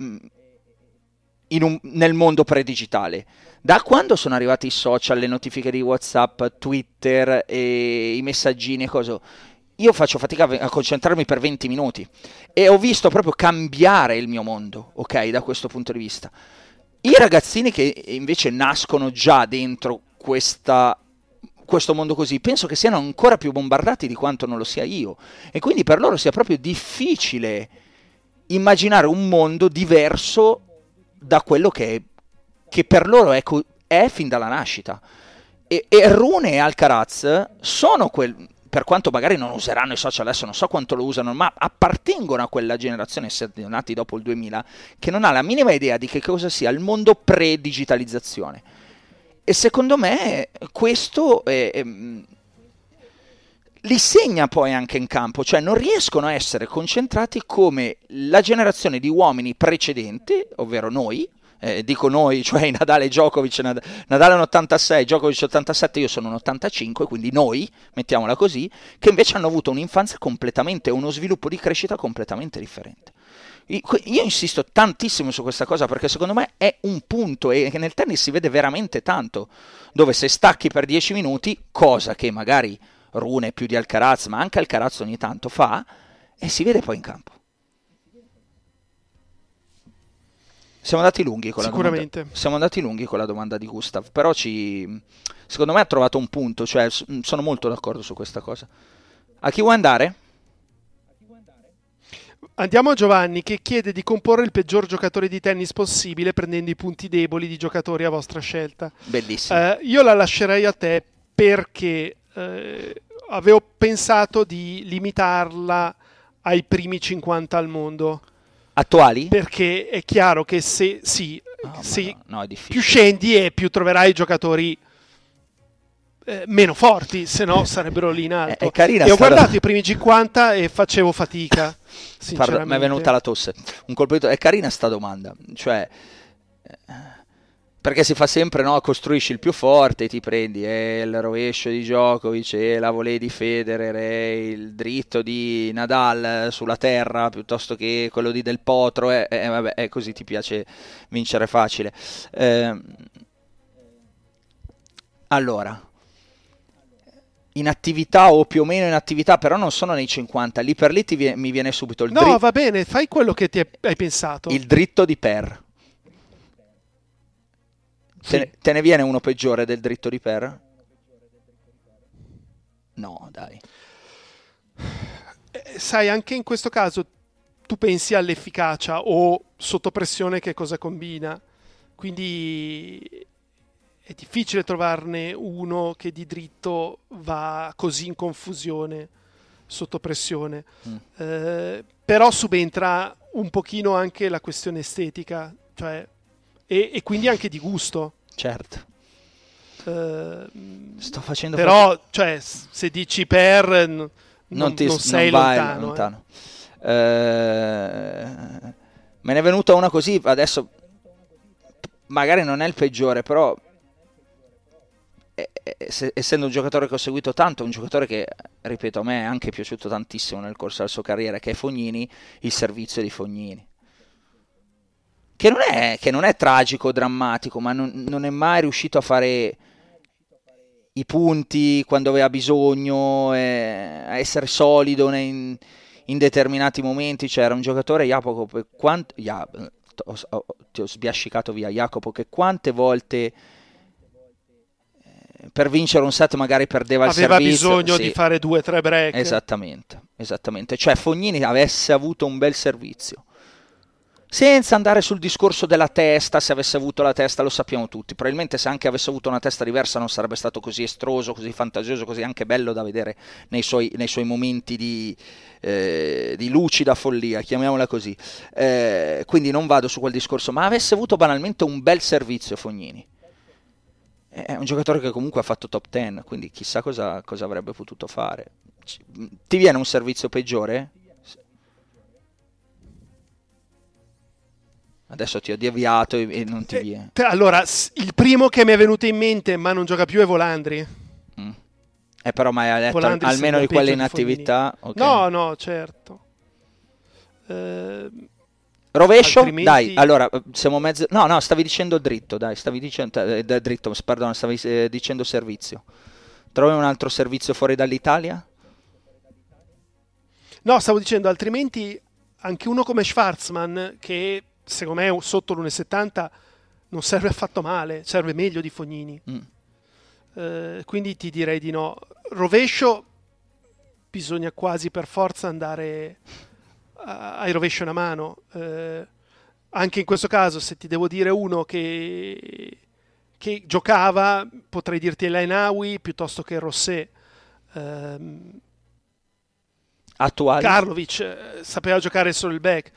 [SPEAKER 3] in un, nel mondo pre-digitale. Da quando sono arrivati i social, le notifiche di WhatsApp, Twitter e i messaggini e cose, io faccio fatica a concentrarmi per venti minuti e ho visto proprio cambiare il mio mondo, ok, da questo punto di vista. I ragazzini che invece nascono già dentro questa... questo mondo così, penso che siano ancora più bombardati di quanto non lo sia io, e quindi per loro sia proprio difficile immaginare un mondo diverso da quello che, che per loro è, è fin dalla nascita. E, e Rune e Alcaraz sono quel, per quanto magari non useranno i social adesso, non so quanto lo usano, ma appartengono a quella generazione, essendo nati dopo il duemila, che non ha la minima idea di che cosa sia il mondo pre-digitalizzazione. E secondo me questo è, è, li segna poi anche in campo, cioè non riescono a essere concentrati come la generazione di uomini precedente, ovvero noi, eh, dico noi, cioè Nadal e Djokovic, Nad- Nadal è un ottantasei, Djokovic ottantasette, io sono un ottantacinque, quindi noi, mettiamola così, che invece hanno avuto un'infanzia completamente, uno sviluppo di crescita completamente differente. Io insisto tantissimo su questa cosa perché secondo me è un punto, e che nel tennis si vede veramente tanto, dove se stacchi per dieci minuti, cosa che magari Rune più di Alcaraz, ma anche Alcaraz ogni tanto fa, e si vede poi in campo. Siamo andati lunghi con la
[SPEAKER 5] Sicuramente.
[SPEAKER 3] domanda. Siamo andati lunghi con la domanda di Gustav, però ci, secondo me ha trovato un punto, cioè sono molto d'accordo su questa cosa. A chi vuoi andare?
[SPEAKER 5] Andiamo a Giovanni, che chiede di comporre il peggior giocatore di tennis possibile prendendo i punti deboli di giocatori a vostra scelta.
[SPEAKER 3] Bellissimo.
[SPEAKER 5] Eh, io la lascerei a te perché eh, avevo pensato di limitarla ai primi cinquanta al mondo.
[SPEAKER 3] Attuali?
[SPEAKER 5] Perché è chiaro che se, sì,
[SPEAKER 3] Oh,
[SPEAKER 5] se
[SPEAKER 3] no, no, è
[SPEAKER 5] più scendi e più troverai giocatori eh, meno forti, se no sarebbero lì in alto.
[SPEAKER 3] È, è carina
[SPEAKER 5] e ho
[SPEAKER 3] stata...
[SPEAKER 5] guardato i primi cinquanta e facevo fatica.
[SPEAKER 3] Parla, mi è venuta la tosse. Un colpo di to- è carina sta domanda, cioè perché si fa sempre, no, costruisci il più forte, ti prendi eh, il rovescio di Djokovic e la volée di Federer e il dritto di Nadal sulla terra piuttosto che quello di Del Potro, e eh, eh, vabbè, eh, così ti piace vincere facile. Eh, allora in attività o più o meno in attività, però non sono nei cinquanta, lì per lì ti vie- mi viene subito il
[SPEAKER 5] no
[SPEAKER 3] dritto.
[SPEAKER 5] No, va bene, fai quello che ti hai pensato.
[SPEAKER 3] Il dritto di Per.
[SPEAKER 5] Sì.
[SPEAKER 3] Te, ne, te ne viene uno peggiore del dritto di Per? No, dai.
[SPEAKER 5] Eh, sai, anche in questo caso tu pensi all'efficacia o sotto pressione che cosa combina, quindi è difficile trovarne uno che di dritto va così in confusione sotto pressione. Mm. Eh, però subentra un pochino anche la questione estetica, cioè, e, e quindi anche di gusto.
[SPEAKER 3] Certo.
[SPEAKER 5] Eh,
[SPEAKER 3] Sto facendo
[SPEAKER 5] però,
[SPEAKER 3] fatica.
[SPEAKER 5] Cioè, se dici per non,
[SPEAKER 3] non, ti,
[SPEAKER 5] non sei
[SPEAKER 3] non
[SPEAKER 5] lontano.
[SPEAKER 3] lontano. Eh. Eh, me ne è venuta una così, adesso magari non è il peggiore, però essendo un giocatore che ho seguito tanto, un giocatore che, ripeto, a me è anche piaciuto tantissimo nel corso della sua carriera, che è Fognini, il servizio di Fognini, che non è, che non è tragico, drammatico, ma non, non è mai riuscito a fare i punti quando aveva bisogno, eh, a essere solido in, in determinati momenti. Cioè era un giocatore, Jacopo, per quanto, ja, ho, ho, ti ho sbiascicato via, Jacopo, che quante volte eh, per vincere un set magari perdeva il
[SPEAKER 5] aveva
[SPEAKER 3] servizio.
[SPEAKER 5] bisogno
[SPEAKER 3] sì.
[SPEAKER 5] di fare due o tre break.
[SPEAKER 3] Esattamente, esattamente. Cioè Fognini avesse avuto un bel servizio. Senza andare sul discorso della testa, se avesse avuto la testa lo sappiamo tutti, probabilmente se anche avesse avuto una testa diversa non sarebbe stato così estroso, così fantasioso, così anche bello da vedere nei suoi, nei suoi momenti di, eh, di lucida follia, chiamiamola così. Eh, quindi non vado su quel discorso, ma avesse avuto banalmente un bel servizio Fognini. È un giocatore che comunque ha fatto top dieci, quindi chissà cosa, cosa avrebbe potuto fare. Ti viene un servizio peggiore? Adesso ti ho deviato e, e non ti
[SPEAKER 5] eh,
[SPEAKER 3] viene.
[SPEAKER 5] Allora, il primo che mi è venuto in mente, ma non gioca più, è Volandri.
[SPEAKER 3] Mm. Eh, però mai ha detto
[SPEAKER 5] Volandri
[SPEAKER 3] almeno di quelle in
[SPEAKER 5] di
[SPEAKER 3] attività? Okay.
[SPEAKER 5] No, no, certo. Eh,
[SPEAKER 3] Rovescio?
[SPEAKER 5] altrimenti...
[SPEAKER 3] Dai, allora, siamo mezzo... No, no, stavi dicendo dritto, dai, stavi dicendo... Eh, dritto, pardon, stavi eh, dicendo servizio. Trovi un altro servizio fuori dall'Italia?
[SPEAKER 5] No, stavo dicendo, altrimenti anche uno come Schwarzman, che... secondo me sotto l'uno e settanta non serve affatto male, serve meglio di Fognini. Mm. Eh, quindi ti direi di no. Rovescio bisogna quasi per forza andare a, ai rovescio una mano. Eh, anche in questo caso, se ti devo dire uno che, che giocava, potrei dirti El Ainaoui piuttosto che Rosset. Eh,
[SPEAKER 3] Attuali?
[SPEAKER 5] Karlovic eh, sapeva giocare solo il back.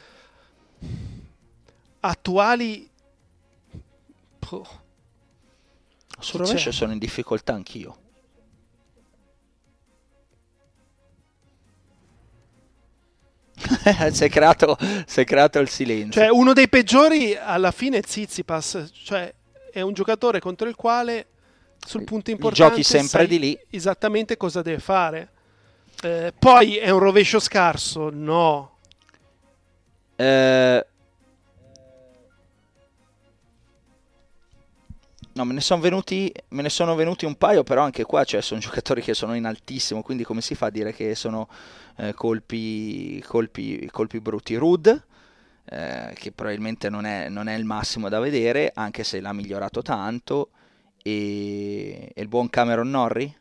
[SPEAKER 5] Attuali oh.
[SPEAKER 3] Sul rovescio sono in difficoltà anch'io. si, è creato, si è creato il silenzio.
[SPEAKER 5] Cioè uno dei peggiori alla fine è Tsitsipas, cioè è un giocatore contro il quale sul punto importante
[SPEAKER 3] giochi sempre di lì
[SPEAKER 5] esattamente cosa deve fare. Eh, poi è un rovescio scarso? No.
[SPEAKER 3] Eh No, me ne sono venuti me ne sono venuti un paio, però anche qua cioè, sono giocatori che sono in altissimo, quindi come si fa a dire che sono eh, colpi, colpi, colpi brutti? Ruud, eh, che probabilmente non è, non è il massimo da vedere, anche se l'ha migliorato tanto, e, e il buon Cameron Norrie?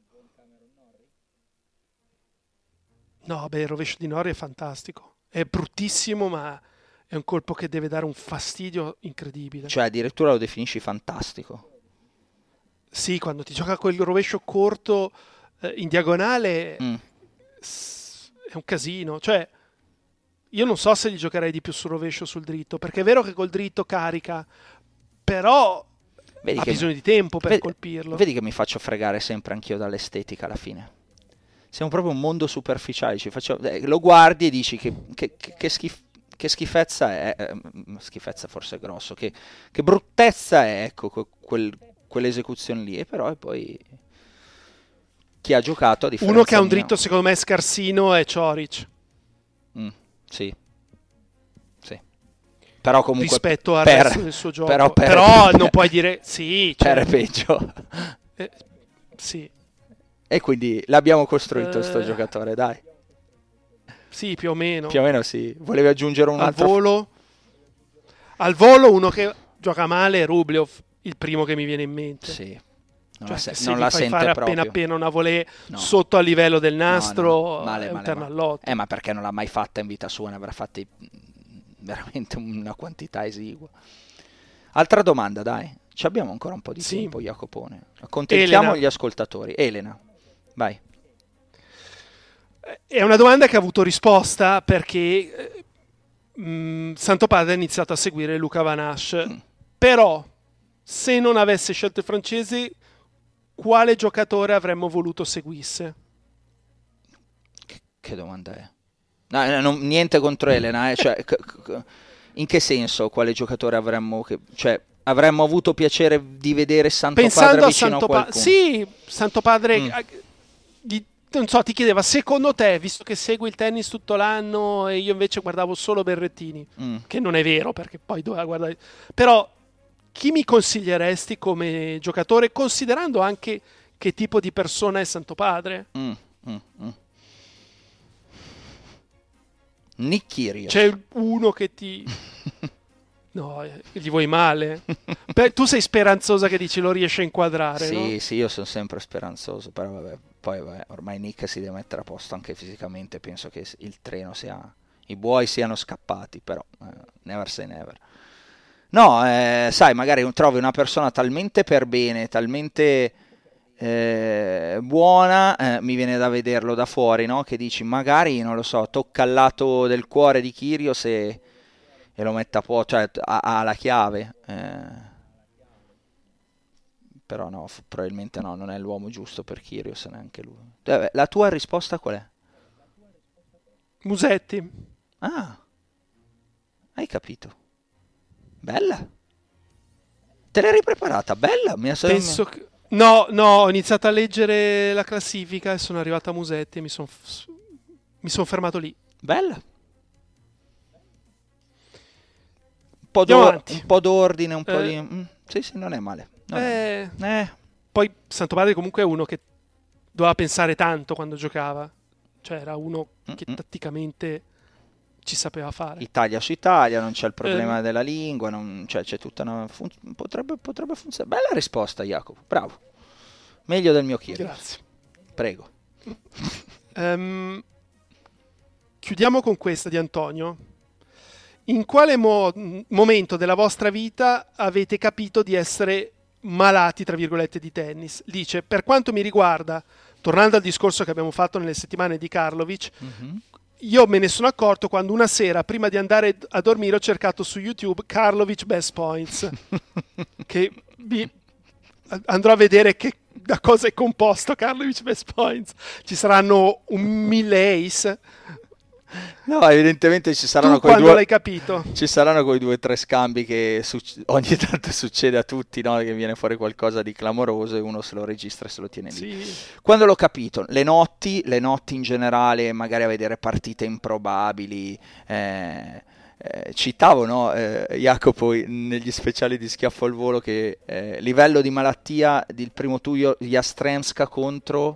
[SPEAKER 5] No, beh, il rovescio di Norrie è fantastico, è bruttissimo, ma... è un colpo che deve dare un fastidio incredibile.
[SPEAKER 3] Cioè addirittura lo definisci fantastico?
[SPEAKER 5] Sì, quando ti gioca quel rovescio corto eh, in diagonale mm. s- è un casino. Cioè, io non so se gli giocherei di più sul rovescio o sul dritto, perché è vero che col dritto carica, però vedi ha che bisogno di tempo per
[SPEAKER 3] vedi,
[SPEAKER 5] colpirlo.
[SPEAKER 3] Vedi che mi faccio fregare sempre anch'io dall'estetica alla fine. Siamo proprio un mondo superficiale. Ci faccio, eh, lo guardi e dici che, che, che, che schifo. Che schifezza è, eh, schifezza forse è grosso, che, che bruttezza è, ecco, quel, quell'esecuzione lì, e però è poi chi ha giocato a differenza
[SPEAKER 5] uno che ha un
[SPEAKER 3] mia...
[SPEAKER 5] dritto secondo me scarsino è Ćorić.
[SPEAKER 3] Mm, sì, sì. Però comunque
[SPEAKER 5] rispetto al
[SPEAKER 3] per,
[SPEAKER 5] resto del suo gioco,
[SPEAKER 3] però, per,
[SPEAKER 5] però
[SPEAKER 3] per,
[SPEAKER 5] non puoi dire sì,
[SPEAKER 3] cioè,
[SPEAKER 5] cioè,
[SPEAKER 3] è peggio.
[SPEAKER 5] Eh, sì.
[SPEAKER 3] E quindi l'abbiamo costruito
[SPEAKER 5] eh...
[SPEAKER 3] sto giocatore, dai.
[SPEAKER 5] Sì, più o meno.
[SPEAKER 3] Più o meno sì. Volevi aggiungere un
[SPEAKER 5] al
[SPEAKER 3] altro?
[SPEAKER 5] Volo, al volo uno che gioca male è Rublev, il primo che mi viene in mente.
[SPEAKER 3] Sì. Non
[SPEAKER 5] cioè,
[SPEAKER 3] la, se-
[SPEAKER 5] se
[SPEAKER 3] non
[SPEAKER 5] gli
[SPEAKER 3] la
[SPEAKER 5] fai
[SPEAKER 3] sente
[SPEAKER 5] fare
[SPEAKER 3] proprio.
[SPEAKER 5] appena appena una volée
[SPEAKER 3] no.
[SPEAKER 5] sotto al livello del nastro,
[SPEAKER 3] no, no. Male,
[SPEAKER 5] è un
[SPEAKER 3] male,
[SPEAKER 5] terno
[SPEAKER 3] male.
[SPEAKER 5] all'otto.
[SPEAKER 3] Eh, ma perché non l'ha mai fatta in vita sua, ne avrà fatti veramente una quantità esigua. Altra domanda, dai. Ci abbiamo ancora un po' di
[SPEAKER 5] sì.
[SPEAKER 3] tempo, Jacopone. Accontentiamo
[SPEAKER 5] Elena.
[SPEAKER 3] gli ascoltatori. Elena, vai.
[SPEAKER 5] È una domanda che ha avuto risposta perché mh, Santo Padre ha iniziato a seguire Luca Van Assche. Mm. Però, se non avesse scelto il francese, quale giocatore avremmo voluto seguisse?
[SPEAKER 3] Che, che domanda è? No, no, niente contro Elena, eh. Cioè, c- c- in che senso quale giocatore avremmo... Che, cioè, avremmo avuto piacere di vedere Santo
[SPEAKER 5] Pensando
[SPEAKER 3] Padre
[SPEAKER 5] a
[SPEAKER 3] vicino
[SPEAKER 5] Santo
[SPEAKER 3] a qualcuno?
[SPEAKER 5] Pa- sì, Santo Padre...
[SPEAKER 3] Mm.
[SPEAKER 5] Di, non so, ti chiedeva, secondo te, visto che segui il tennis tutto l'anno e io invece guardavo solo Berrettini, mm. che non è vero perché poi doveva guardare... Però chi mi consiglieresti come giocatore, considerando anche che tipo di persona è Santo Padre?
[SPEAKER 3] Mm. Mm. Mm. Nick Kyrgios.
[SPEAKER 5] C'è uno che ti... No, eh, gli vuoi male? Beh, tu sei speranzosa che dici lo riesce a inquadrare,
[SPEAKER 3] Sì,
[SPEAKER 5] no?
[SPEAKER 3] sì, io sono sempre speranzoso, però vabbè, poi vabbè, ormai Nick si deve mettere a posto anche fisicamente, penso che il treno sia... i buoi siano scappati, però eh, never say never. No, eh, sai, magari trovi una persona talmente per bene, talmente eh, buona, eh, mi viene da vederlo da fuori, no? Che dici, magari, non lo so, tocca al lato del cuore di Kyrgios e, e lo mette a posto, cioè ha, ha la chiave. Eh. Però no, f- probabilmente no, non è l'uomo giusto per Kyrgios, neanche lui. Vabbè, la tua risposta qual è?
[SPEAKER 5] Musetti.
[SPEAKER 3] Ah, hai capito. Bella. Te l'hai preparata? Bella. Mi ha
[SPEAKER 5] Penso che... No, no, ho iniziato a leggere la classifica e sono arrivato a Musetti e mi sono f- mi son fermato lì.
[SPEAKER 3] Bella. Un po',
[SPEAKER 5] Andiamo
[SPEAKER 3] d'or-
[SPEAKER 5] avanti.
[SPEAKER 3] un po' d'ordine, un po'
[SPEAKER 5] Eh.
[SPEAKER 3] di... Mm, sì, sì, non è male. Non è
[SPEAKER 5] Eh,
[SPEAKER 3] male. Eh,
[SPEAKER 5] Poi Santo Padre comunque è uno che doveva pensare tanto quando giocava. Cioè era uno che
[SPEAKER 3] Mm-mm.
[SPEAKER 5] tatticamente ci sapeva fare.
[SPEAKER 3] Italia su Italia, non c'è il problema
[SPEAKER 5] Eh.
[SPEAKER 3] della lingua, non, cioè c'è tutta una... fun- potrebbe, potrebbe funzionare. Bella risposta, Jacopo, bravo. Meglio del mio Kyrgios.
[SPEAKER 5] Grazie.
[SPEAKER 3] Prego.
[SPEAKER 5] Ehm, chiudiamo con questa di Antonio. In quale mo- momento della vostra vita avete capito di essere malati, tra virgolette, di tennis? Dice, per quanto mi riguarda, tornando al discorso che abbiamo fatto nelle settimane di Karlovic,
[SPEAKER 3] Mhm.
[SPEAKER 5] io me ne sono accorto quando una sera, prima di andare a dormire, ho cercato su YouTube Karlovic Best Points, che vi andrò a vedere che, da cosa è composto Karlovic Best Points. Ci saranno un mille ace.
[SPEAKER 3] No, evidentemente ci saranno
[SPEAKER 5] Tu
[SPEAKER 3] quei
[SPEAKER 5] quando
[SPEAKER 3] due...
[SPEAKER 5] l'hai capito?
[SPEAKER 3] Ci saranno quei due o tre scambi che suc- ogni tanto succede a tutti, no? Che viene fuori qualcosa di clamoroso e uno se lo registra e se lo tiene lì.
[SPEAKER 5] Sì.
[SPEAKER 3] Quando l'ho capito, le notti, le notti in generale, magari a vedere partite improbabili, eh, eh, citavo, no, eh, Jacopo negli speciali di Schiaffo al Volo che eh, livello di malattia del primo tuo Jastremska contro...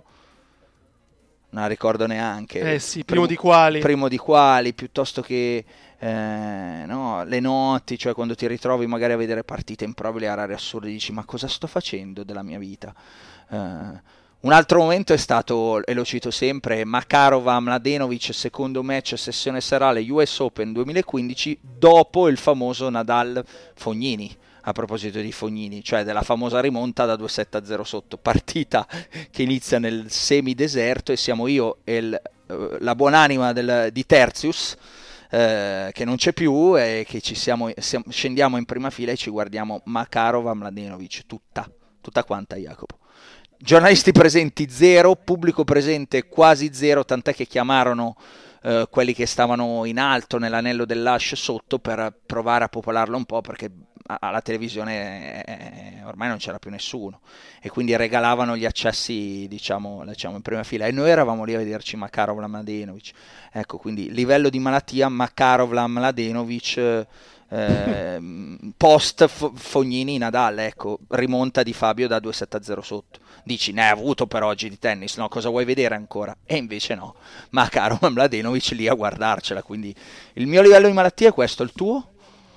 [SPEAKER 3] non la ricordo neanche.
[SPEAKER 5] Eh sì, primo di quali.
[SPEAKER 3] Primo di quali, piuttosto che eh, no, le notti, cioè quando ti ritrovi magari a vedere partite improbabili a rare assurde, dici ma cosa sto facendo della mia vita? Eh, un altro momento è stato, e lo cito sempre, Makarova Mladenovic, secondo match sessione serale U S Open duemilaquindici, dopo il famoso Nadal Fognini. A proposito di Fognini, cioè della famosa rimonta da due sette a zero sotto, partita che inizia nel semideserto e siamo io e il, la buonanima del, di Terzius, eh, che non c'è più, e che ci siamo, siamo, scendiamo in prima fila e ci guardiamo Makarova Mladenovic, tutta, tutta quanta, Jacopo. Giornalisti presenti zero, pubblico presente quasi zero, tant'è che chiamarono eh, quelli che stavano in alto nell'anello dell'Ash sotto per provare a popolarlo un po', perché alla televisione eh, ormai non c'era più nessuno e quindi regalavano gli accessi, diciamo, diciamo in prima fila, e noi eravamo lì a vederci Makarov Mladenovic. Ecco, quindi livello di malattia Makarov Mladenovic eh, post Fognini Nadal, ecco, rimonta di Fabio da due sette a zero sotto. Dici ne hai avuto per oggi di tennis, no? Cosa vuoi vedere ancora? E invece no, Makarov Mladenovic lì a guardarcela. Quindi il mio livello di malattia è questo, il tuo?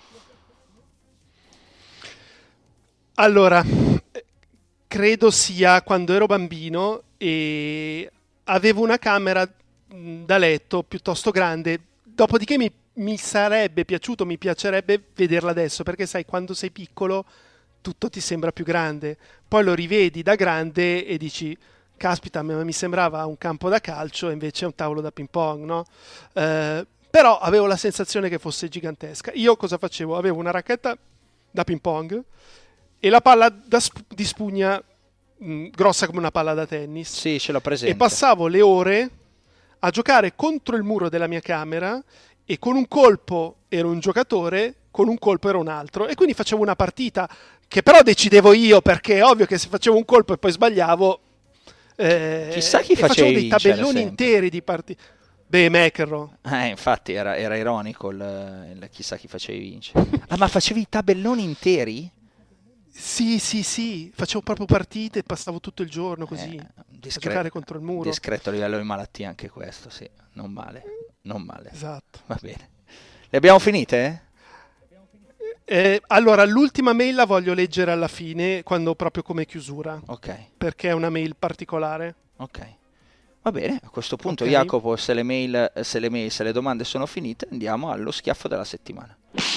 [SPEAKER 5] Allora, credo sia quando ero bambino e avevo una camera da letto piuttosto grande, dopodiché mi, mi sarebbe piaciuto, mi piacerebbe vederla adesso, perché sai, quando sei piccolo tutto ti sembra più grande, poi lo rivedi da grande e dici, caspita, mi sembrava un campo da calcio e invece è un tavolo da ping pong, no? Eh, però avevo la sensazione che fosse gigantesca. Io cosa facevo? Avevo una racchetta da ping pong e la palla da sp- di spugna mh, grossa come una palla da tennis.
[SPEAKER 3] Sì, ce l'ho presente.
[SPEAKER 5] E passavo le ore a giocare contro il muro della mia camera e con un colpo ero un giocatore, con un colpo ero un altro, e quindi facevo una partita che però decidevo io, perché è ovvio che se facevo un colpo e poi sbagliavo eh,
[SPEAKER 3] chissà chi
[SPEAKER 5] e facevo dei
[SPEAKER 3] vincere
[SPEAKER 5] tabelloni
[SPEAKER 3] sempre.
[SPEAKER 5] interi di partite. Beh, McEnroe.
[SPEAKER 3] Eh, infatti era, era ironico il, il chissà chi facevi vincere. Ah, ma facevi i tabelloni interi?
[SPEAKER 5] Sì, sì, sì, facevo proprio partite e passavo tutto il giorno così
[SPEAKER 3] Eh,
[SPEAKER 5] a
[SPEAKER 3] discre-
[SPEAKER 5] giocare contro il muro.
[SPEAKER 3] Discreto livello di malattia anche questo, sì, non male, non male.
[SPEAKER 5] Esatto.
[SPEAKER 3] Va bene. Le abbiamo finite?
[SPEAKER 5] Eh, allora, l'ultima mail la voglio leggere alla fine, quando proprio come chiusura.
[SPEAKER 3] Ok.
[SPEAKER 5] Perché è una mail particolare.
[SPEAKER 3] Ok. Va bene, a questo punto
[SPEAKER 5] Okay.
[SPEAKER 3] Jacopo, se le mail, se le mail, se le domande sono finite, andiamo allo schiaffo della settimana.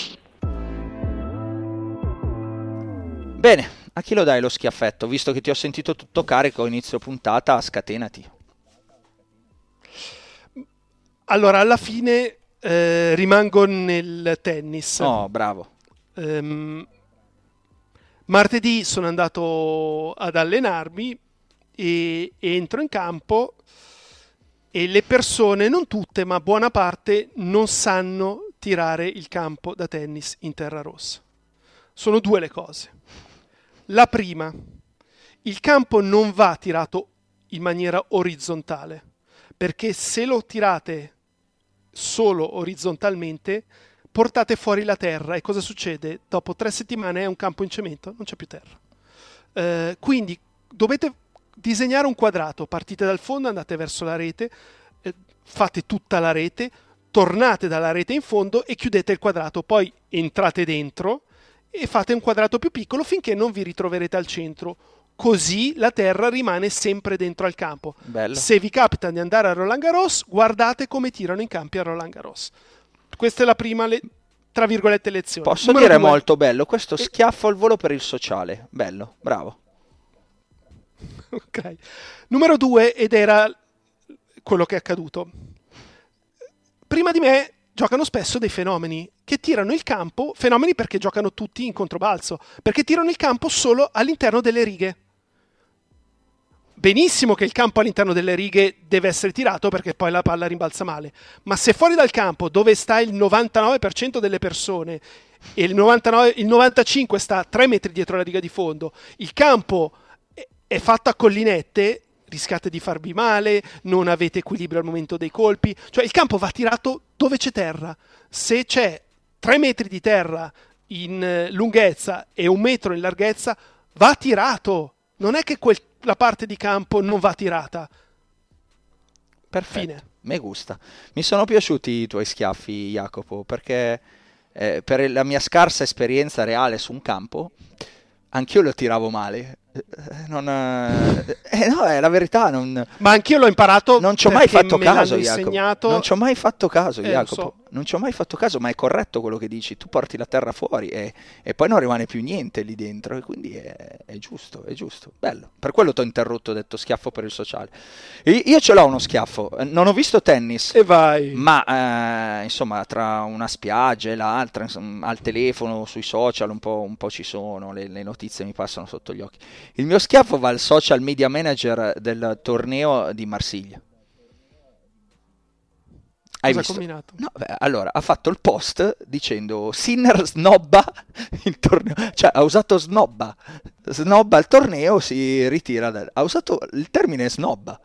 [SPEAKER 3] Bene, a chi lo dai lo schiaffetto? Visto che ti ho sentito tutto carico a inizio puntata, scatenati.
[SPEAKER 5] Allora, alla fine eh, rimango nel tennis.
[SPEAKER 3] Oh, bravo.
[SPEAKER 5] Um, martedì sono andato ad allenarmi e, e entro in campo e le persone, non tutte ma buona parte, non sanno tirare il campo da tennis in terra rossa. Sono due le cose. La prima, il campo non va tirato in maniera orizzontale, perché se lo tirate solo orizzontalmente portate fuori la terra e cosa succede? Dopo tre settimane è un campo in cemento, non c'è più terra. Eh, quindi dovete disegnare un quadrato, partite dal fondo, andate verso la rete, eh, fate tutta la rete, tornate dalla rete in fondo e chiudete il quadrato, poi entrate dentro e fate un quadrato più piccolo finché non vi ritroverete al centro. Così la terra rimane sempre dentro al campo.
[SPEAKER 3] Bello.
[SPEAKER 5] Se vi capita di andare a Roland Garros, guardate come tirano in campi a Roland Garros. Questa è la prima, le- tra virgolette, lezione.
[SPEAKER 3] Posso
[SPEAKER 5] Numero
[SPEAKER 3] dire
[SPEAKER 5] due.
[SPEAKER 3] molto bello, questo
[SPEAKER 5] E-
[SPEAKER 3] schiaffo al volo per il sociale. Bello, bravo.
[SPEAKER 5] Ok. Numero due, ed era quello che è accaduto. Prima di me giocano spesso dei fenomeni che tirano il campo, fenomeni perché giocano tutti in controbalzo, perché tirano il campo solo all'interno delle righe. Benissimo che il campo all'interno delle righe deve essere tirato perché poi la palla rimbalza male, ma se fuori dal campo dove sta il novantanove per cento delle persone e il, novantanove, il novantacinque per cento sta tre metri dietro la riga di fondo, il campo è, è fatto a collinette, rischiate di farvi male, non avete equilibrio al momento dei colpi, cioè il campo va tirato dove c'è terra. Se c'è tre metri di terra in eh, lunghezza e un metro in larghezza, va tirato, non è che quel la parte di campo non va tirata.
[SPEAKER 3] Perfetto,
[SPEAKER 5] Fine.
[SPEAKER 3] mi gusta. Mi sono piaciuti i tuoi schiaffi, Jacopo, perché eh, per la mia scarsa esperienza reale su un campo, anch'io lo tiravo male. Eh, Non, eh, eh, no, è la verità. Non,
[SPEAKER 5] Ma anch'io l'ho imparato.
[SPEAKER 3] non ci ho mai
[SPEAKER 5] perché
[SPEAKER 3] fatto
[SPEAKER 5] me
[SPEAKER 3] caso,
[SPEAKER 5] l'hanno
[SPEAKER 3] Jacopo.
[SPEAKER 5] insegnato.
[SPEAKER 3] Non ci ho mai fatto caso,
[SPEAKER 5] Eh, lo
[SPEAKER 3] Jacopo.
[SPEAKER 5] so.
[SPEAKER 3] Non ci ho mai fatto caso, ma è corretto quello che dici. Tu porti la terra fuori e, e poi non rimane più niente lì dentro. E quindi è, è giusto, è giusto. Bello. Per quello ti ho interrotto, ho detto schiaffo per il sociale. E io ce l'ho uno schiaffo. Eh, Non ho visto tennis.
[SPEAKER 5] E vai.
[SPEAKER 3] Ma eh, insomma, tra una spiaggia e l'altra, insomma, al telefono, sui social, un po', un po' ci sono, le, le notizie mi passano sotto gli occhi. Il mio schiaffo va al social media manager del torneo di Marsiglia. Hai
[SPEAKER 5] Cosa ha
[SPEAKER 3] visto?
[SPEAKER 5] combinato?
[SPEAKER 3] No, beh, allora, ha fatto il post dicendo Sinner snobba il torneo, cioè ha usato snobba, snobba il torneo, si ritira, da... ha usato il termine snobba.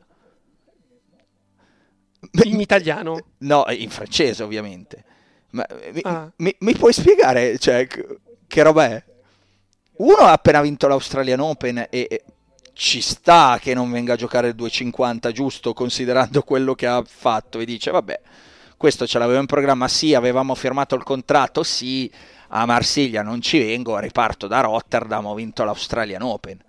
[SPEAKER 5] In italiano?
[SPEAKER 3] No, in francese ovviamente. Ma mi,
[SPEAKER 5] Ah.
[SPEAKER 3] mi- mi puoi spiegare, cioè, che, che roba è? Uno ha appena vinto l'Australian Open e, e ci sta che non venga a giocare il duecentocinquanta, giusto, considerando quello che ha fatto, e dice, vabbè, questo ce l'avevo in programma, sì, avevamo firmato il contratto, sì, a Marsiglia non ci vengo, riparto da Rotterdam, ho vinto l'Australian Open.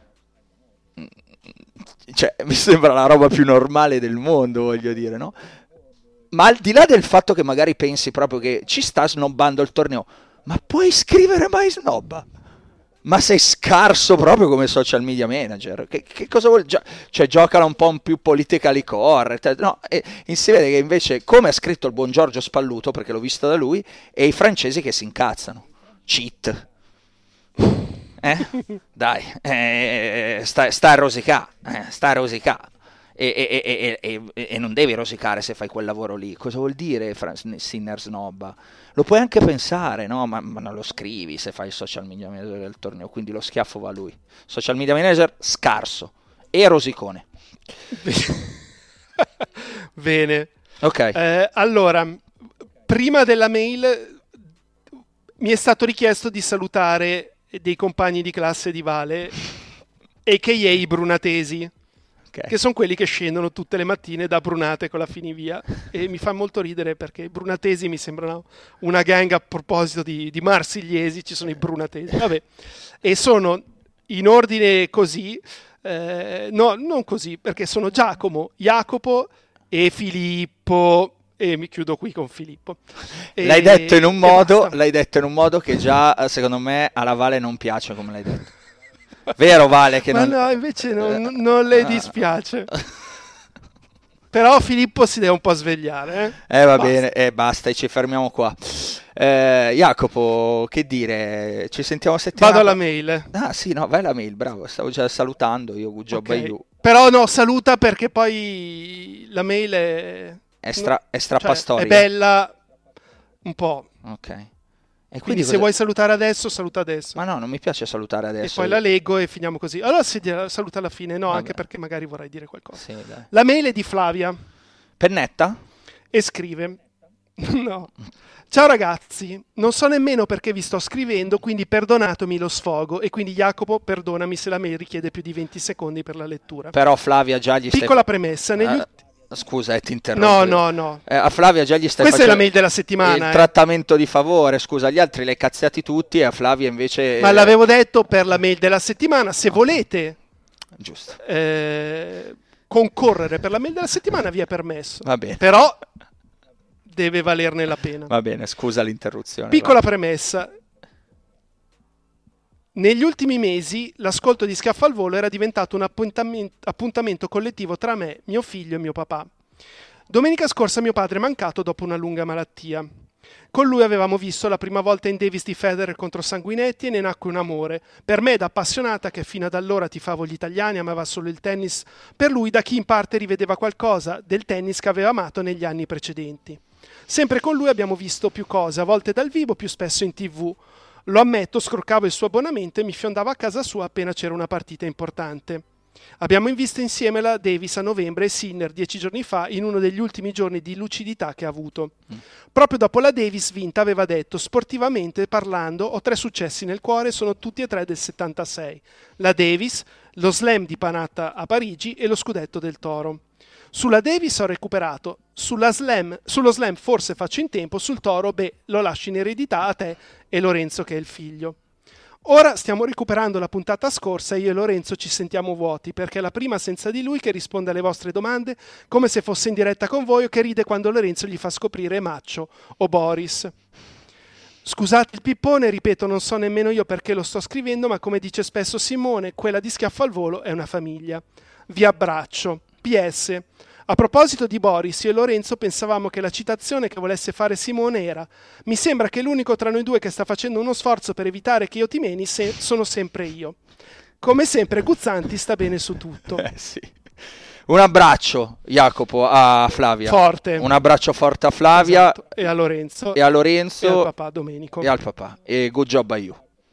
[SPEAKER 3] Cioè, mi sembra la roba più normale del mondo, voglio dire, no? Ma al di là del fatto che magari pensi proprio che ci sta snobbando il torneo, ma puoi scrivere mai snobba? Ma sei scarso proprio come social media manager. Che, che cosa vuol dire? Cioè, giocala un po' più politically correct. No, e, e si vede che invece, come ha scritto il buon Giorgio Spalluto, perché l'ho visto da lui, e i francesi che si incazzano. Cheat. Eh? Dai, eh, sta, sta a rosicà, eh, sta a rosicà. E, e, e, e, e, e non devi rosicare se fai quel lavoro lì. Cosa vuol dire Fran- Sinner snobba? Lo puoi anche pensare, no? Ma, ma non lo scrivi se fai il social media manager del torneo, quindi lo schiaffo va a lui. Social media manager scarso e rosicone.
[SPEAKER 5] Bene.
[SPEAKER 3] Ok.
[SPEAKER 5] Eh, allora, prima della mail mi è stato richiesto di salutare dei compagni di classe di Vale, a k a i Brunatesi.
[SPEAKER 3] Okay.
[SPEAKER 5] Che sono quelli che scendono tutte le mattine da Brunate con la Finivia, e mi fa molto ridere perché i brunatesi mi sembrano una gang. A proposito di, di marsigliesi, ci sono i brunatesi, vabbè, e sono in ordine così, eh, no, non così, perché sono Giacomo, Jacopo e Filippo, e mi chiudo qui con Filippo. E,
[SPEAKER 3] l'hai detto in un modo, l'hai detto in un modo che già secondo me alla Vale non piace come l'hai detto. Vero Vale? Che
[SPEAKER 5] Ma
[SPEAKER 3] non...
[SPEAKER 5] no, invece non, non le dispiace. Però Filippo si deve un po' svegliare. Eh,
[SPEAKER 3] eh va
[SPEAKER 5] basta.
[SPEAKER 3] bene, eh, basta, ci fermiamo qua. Eh, Jacopo, che dire? Ci sentiamo settimana.
[SPEAKER 5] Vado alla mail.
[SPEAKER 3] Ah sì, no, vai alla mail, bravo, stavo già salutando io, good job
[SPEAKER 5] Okay.
[SPEAKER 3] by you.
[SPEAKER 5] Però no, saluta, perché poi la mail è...
[SPEAKER 3] È, stra- è
[SPEAKER 5] cioè,
[SPEAKER 3] strappastoria.
[SPEAKER 5] è bella un po'.
[SPEAKER 3] Ok. E
[SPEAKER 5] Quindi se
[SPEAKER 3] cosa-
[SPEAKER 5] vuoi salutare adesso, saluta adesso.
[SPEAKER 3] Ma no, non mi piace salutare
[SPEAKER 5] E
[SPEAKER 3] adesso.
[SPEAKER 5] poi la leggo e finiamo così. Allora si dia- saluta alla fine, no,
[SPEAKER 3] Vabbè.
[SPEAKER 5] anche perché magari vorrai dire qualcosa.
[SPEAKER 3] Sì, dai.
[SPEAKER 5] La mail è di Flavia
[SPEAKER 3] Pennetta?
[SPEAKER 5] e scrive: no. Ciao ragazzi, non so nemmeno perché vi sto scrivendo, quindi perdonatemi lo sfogo, e quindi Jacopo perdonami se la mail richiede più di venti secondi per la lettura.
[SPEAKER 3] Però Flavia già gli stai...
[SPEAKER 5] Piccola premessa, negli
[SPEAKER 3] Eh,
[SPEAKER 5] ulti-
[SPEAKER 3] Scusa, eh, ti interrompo.
[SPEAKER 5] No, no, no.
[SPEAKER 3] Eh, a Flavia già gli stai
[SPEAKER 5] Questa è
[SPEAKER 3] facendo
[SPEAKER 5] la mail della settimana,
[SPEAKER 3] il
[SPEAKER 5] eh.
[SPEAKER 3] trattamento di favore. Scusa, gli altri li hai cazziati tutti e a Flavia invece...
[SPEAKER 5] Ma l'avevo detto per la mail della settimana, se volete
[SPEAKER 3] Giusto.
[SPEAKER 5] eh, concorrere per la mail della settimana vi è permesso.
[SPEAKER 3] Va bene.
[SPEAKER 5] Però deve valerne la pena.
[SPEAKER 3] Va bene, scusa l'interruzione.
[SPEAKER 5] Piccola
[SPEAKER 3] va.
[SPEAKER 5] premessa. Negli ultimi mesi l'ascolto di Schiaffo al Volo era diventato un appuntamen- appuntamento collettivo tra me, mio figlio e mio papà. Domenica scorsa mio padre è mancato dopo una lunga malattia. Con lui avevamo visto la prima volta in Davis di Federer contro Sanguinetti e ne nacque un amore. Per me da appassionata che fino ad allora tifavo gli italiani, amava solo il tennis, per lui da chi in parte rivedeva qualcosa del tennis che aveva amato negli anni precedenti. Sempre con lui abbiamo visto più cose, a volte dal vivo, più spesso in tv. Lo ammetto, scroccavo il suo abbonamento e mi fiondavo a casa sua appena c'era una partita importante. Abbiamo visto insieme la Davis a novembre e Sinner dieci giorni fa, in uno degli ultimi giorni di lucidità che ha avuto. Mm. Proprio dopo la Davis vinta aveva detto: sportivamente parlando ho tre successi nel cuore, sono tutti e tre del settantasei. La Davis, lo slam di Panatta a Parigi e lo scudetto del Toro. Sulla Davis ho recuperato, sulla slam, sullo slam forse faccio in tempo, sul Toro, beh, lo lascio in eredità a te e Lorenzo che è il figlio. Ora stiamo recuperando la puntata scorsa e io e Lorenzo ci sentiamo vuoti, perché è la prima senza di lui che risponde alle vostre domande come se fosse in diretta con voi, o che ride quando Lorenzo gli fa scoprire Maccio o Boris. Scusate il pippone, ripeto, non so nemmeno io perché lo sto scrivendo, ma come dice spesso Simone, quella di Schiaffo al Volo è una famiglia. Vi abbraccio. P S. A proposito di Boris, io e Lorenzo pensavamo che la citazione che volesse fare Simone era: mi sembra che l'unico tra noi due che sta facendo uno sforzo per evitare che io ti meni se- sono sempre io. Come sempre Guzzanti sta bene su tutto.
[SPEAKER 3] Eh sì. Un abbraccio, Jacopo, a Flavia.
[SPEAKER 5] Forte.
[SPEAKER 3] Un abbraccio forte a Flavia.
[SPEAKER 5] Esatto. E a Lorenzo.
[SPEAKER 3] E a Lorenzo.
[SPEAKER 5] E al papà Domenico.
[SPEAKER 3] E al papà. E good job by you.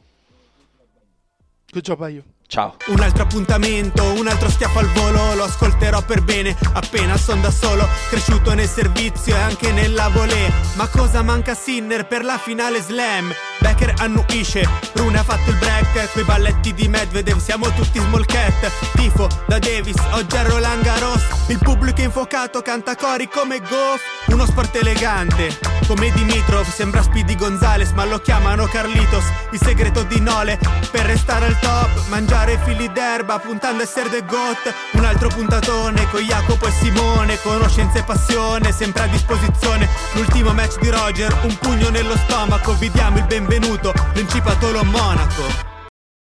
[SPEAKER 5] Good job by you.
[SPEAKER 3] Ciao.
[SPEAKER 4] Un altro appuntamento, un altro schiaffo al volo, lo ascolterò per bene, appena son da solo, cresciuto nel servizio e anche nella volée. Ma cosa manca a Sinner per la finale slam? Becker annuisce, Rune ha fatto il break, quei balletti di Medvedev siamo tutti small cat. Tifo da Davis, oggi a Roland Garros, il pubblico infuocato canta cori come Goff. Uno sport elegante, come Dimitrov, sembra Speedy Gonzales ma lo chiamano Carlitos. Il segreto di Nole, per restare al top, mangiare fili d'erba puntando a essere the goat. Un altro puntatone con Jacopo e Simone, conoscenza e passione sempre a disposizione. L'ultimo match di Roger, un pugno nello stomaco, vi diamo il benvenuto, Principatolo Monaco.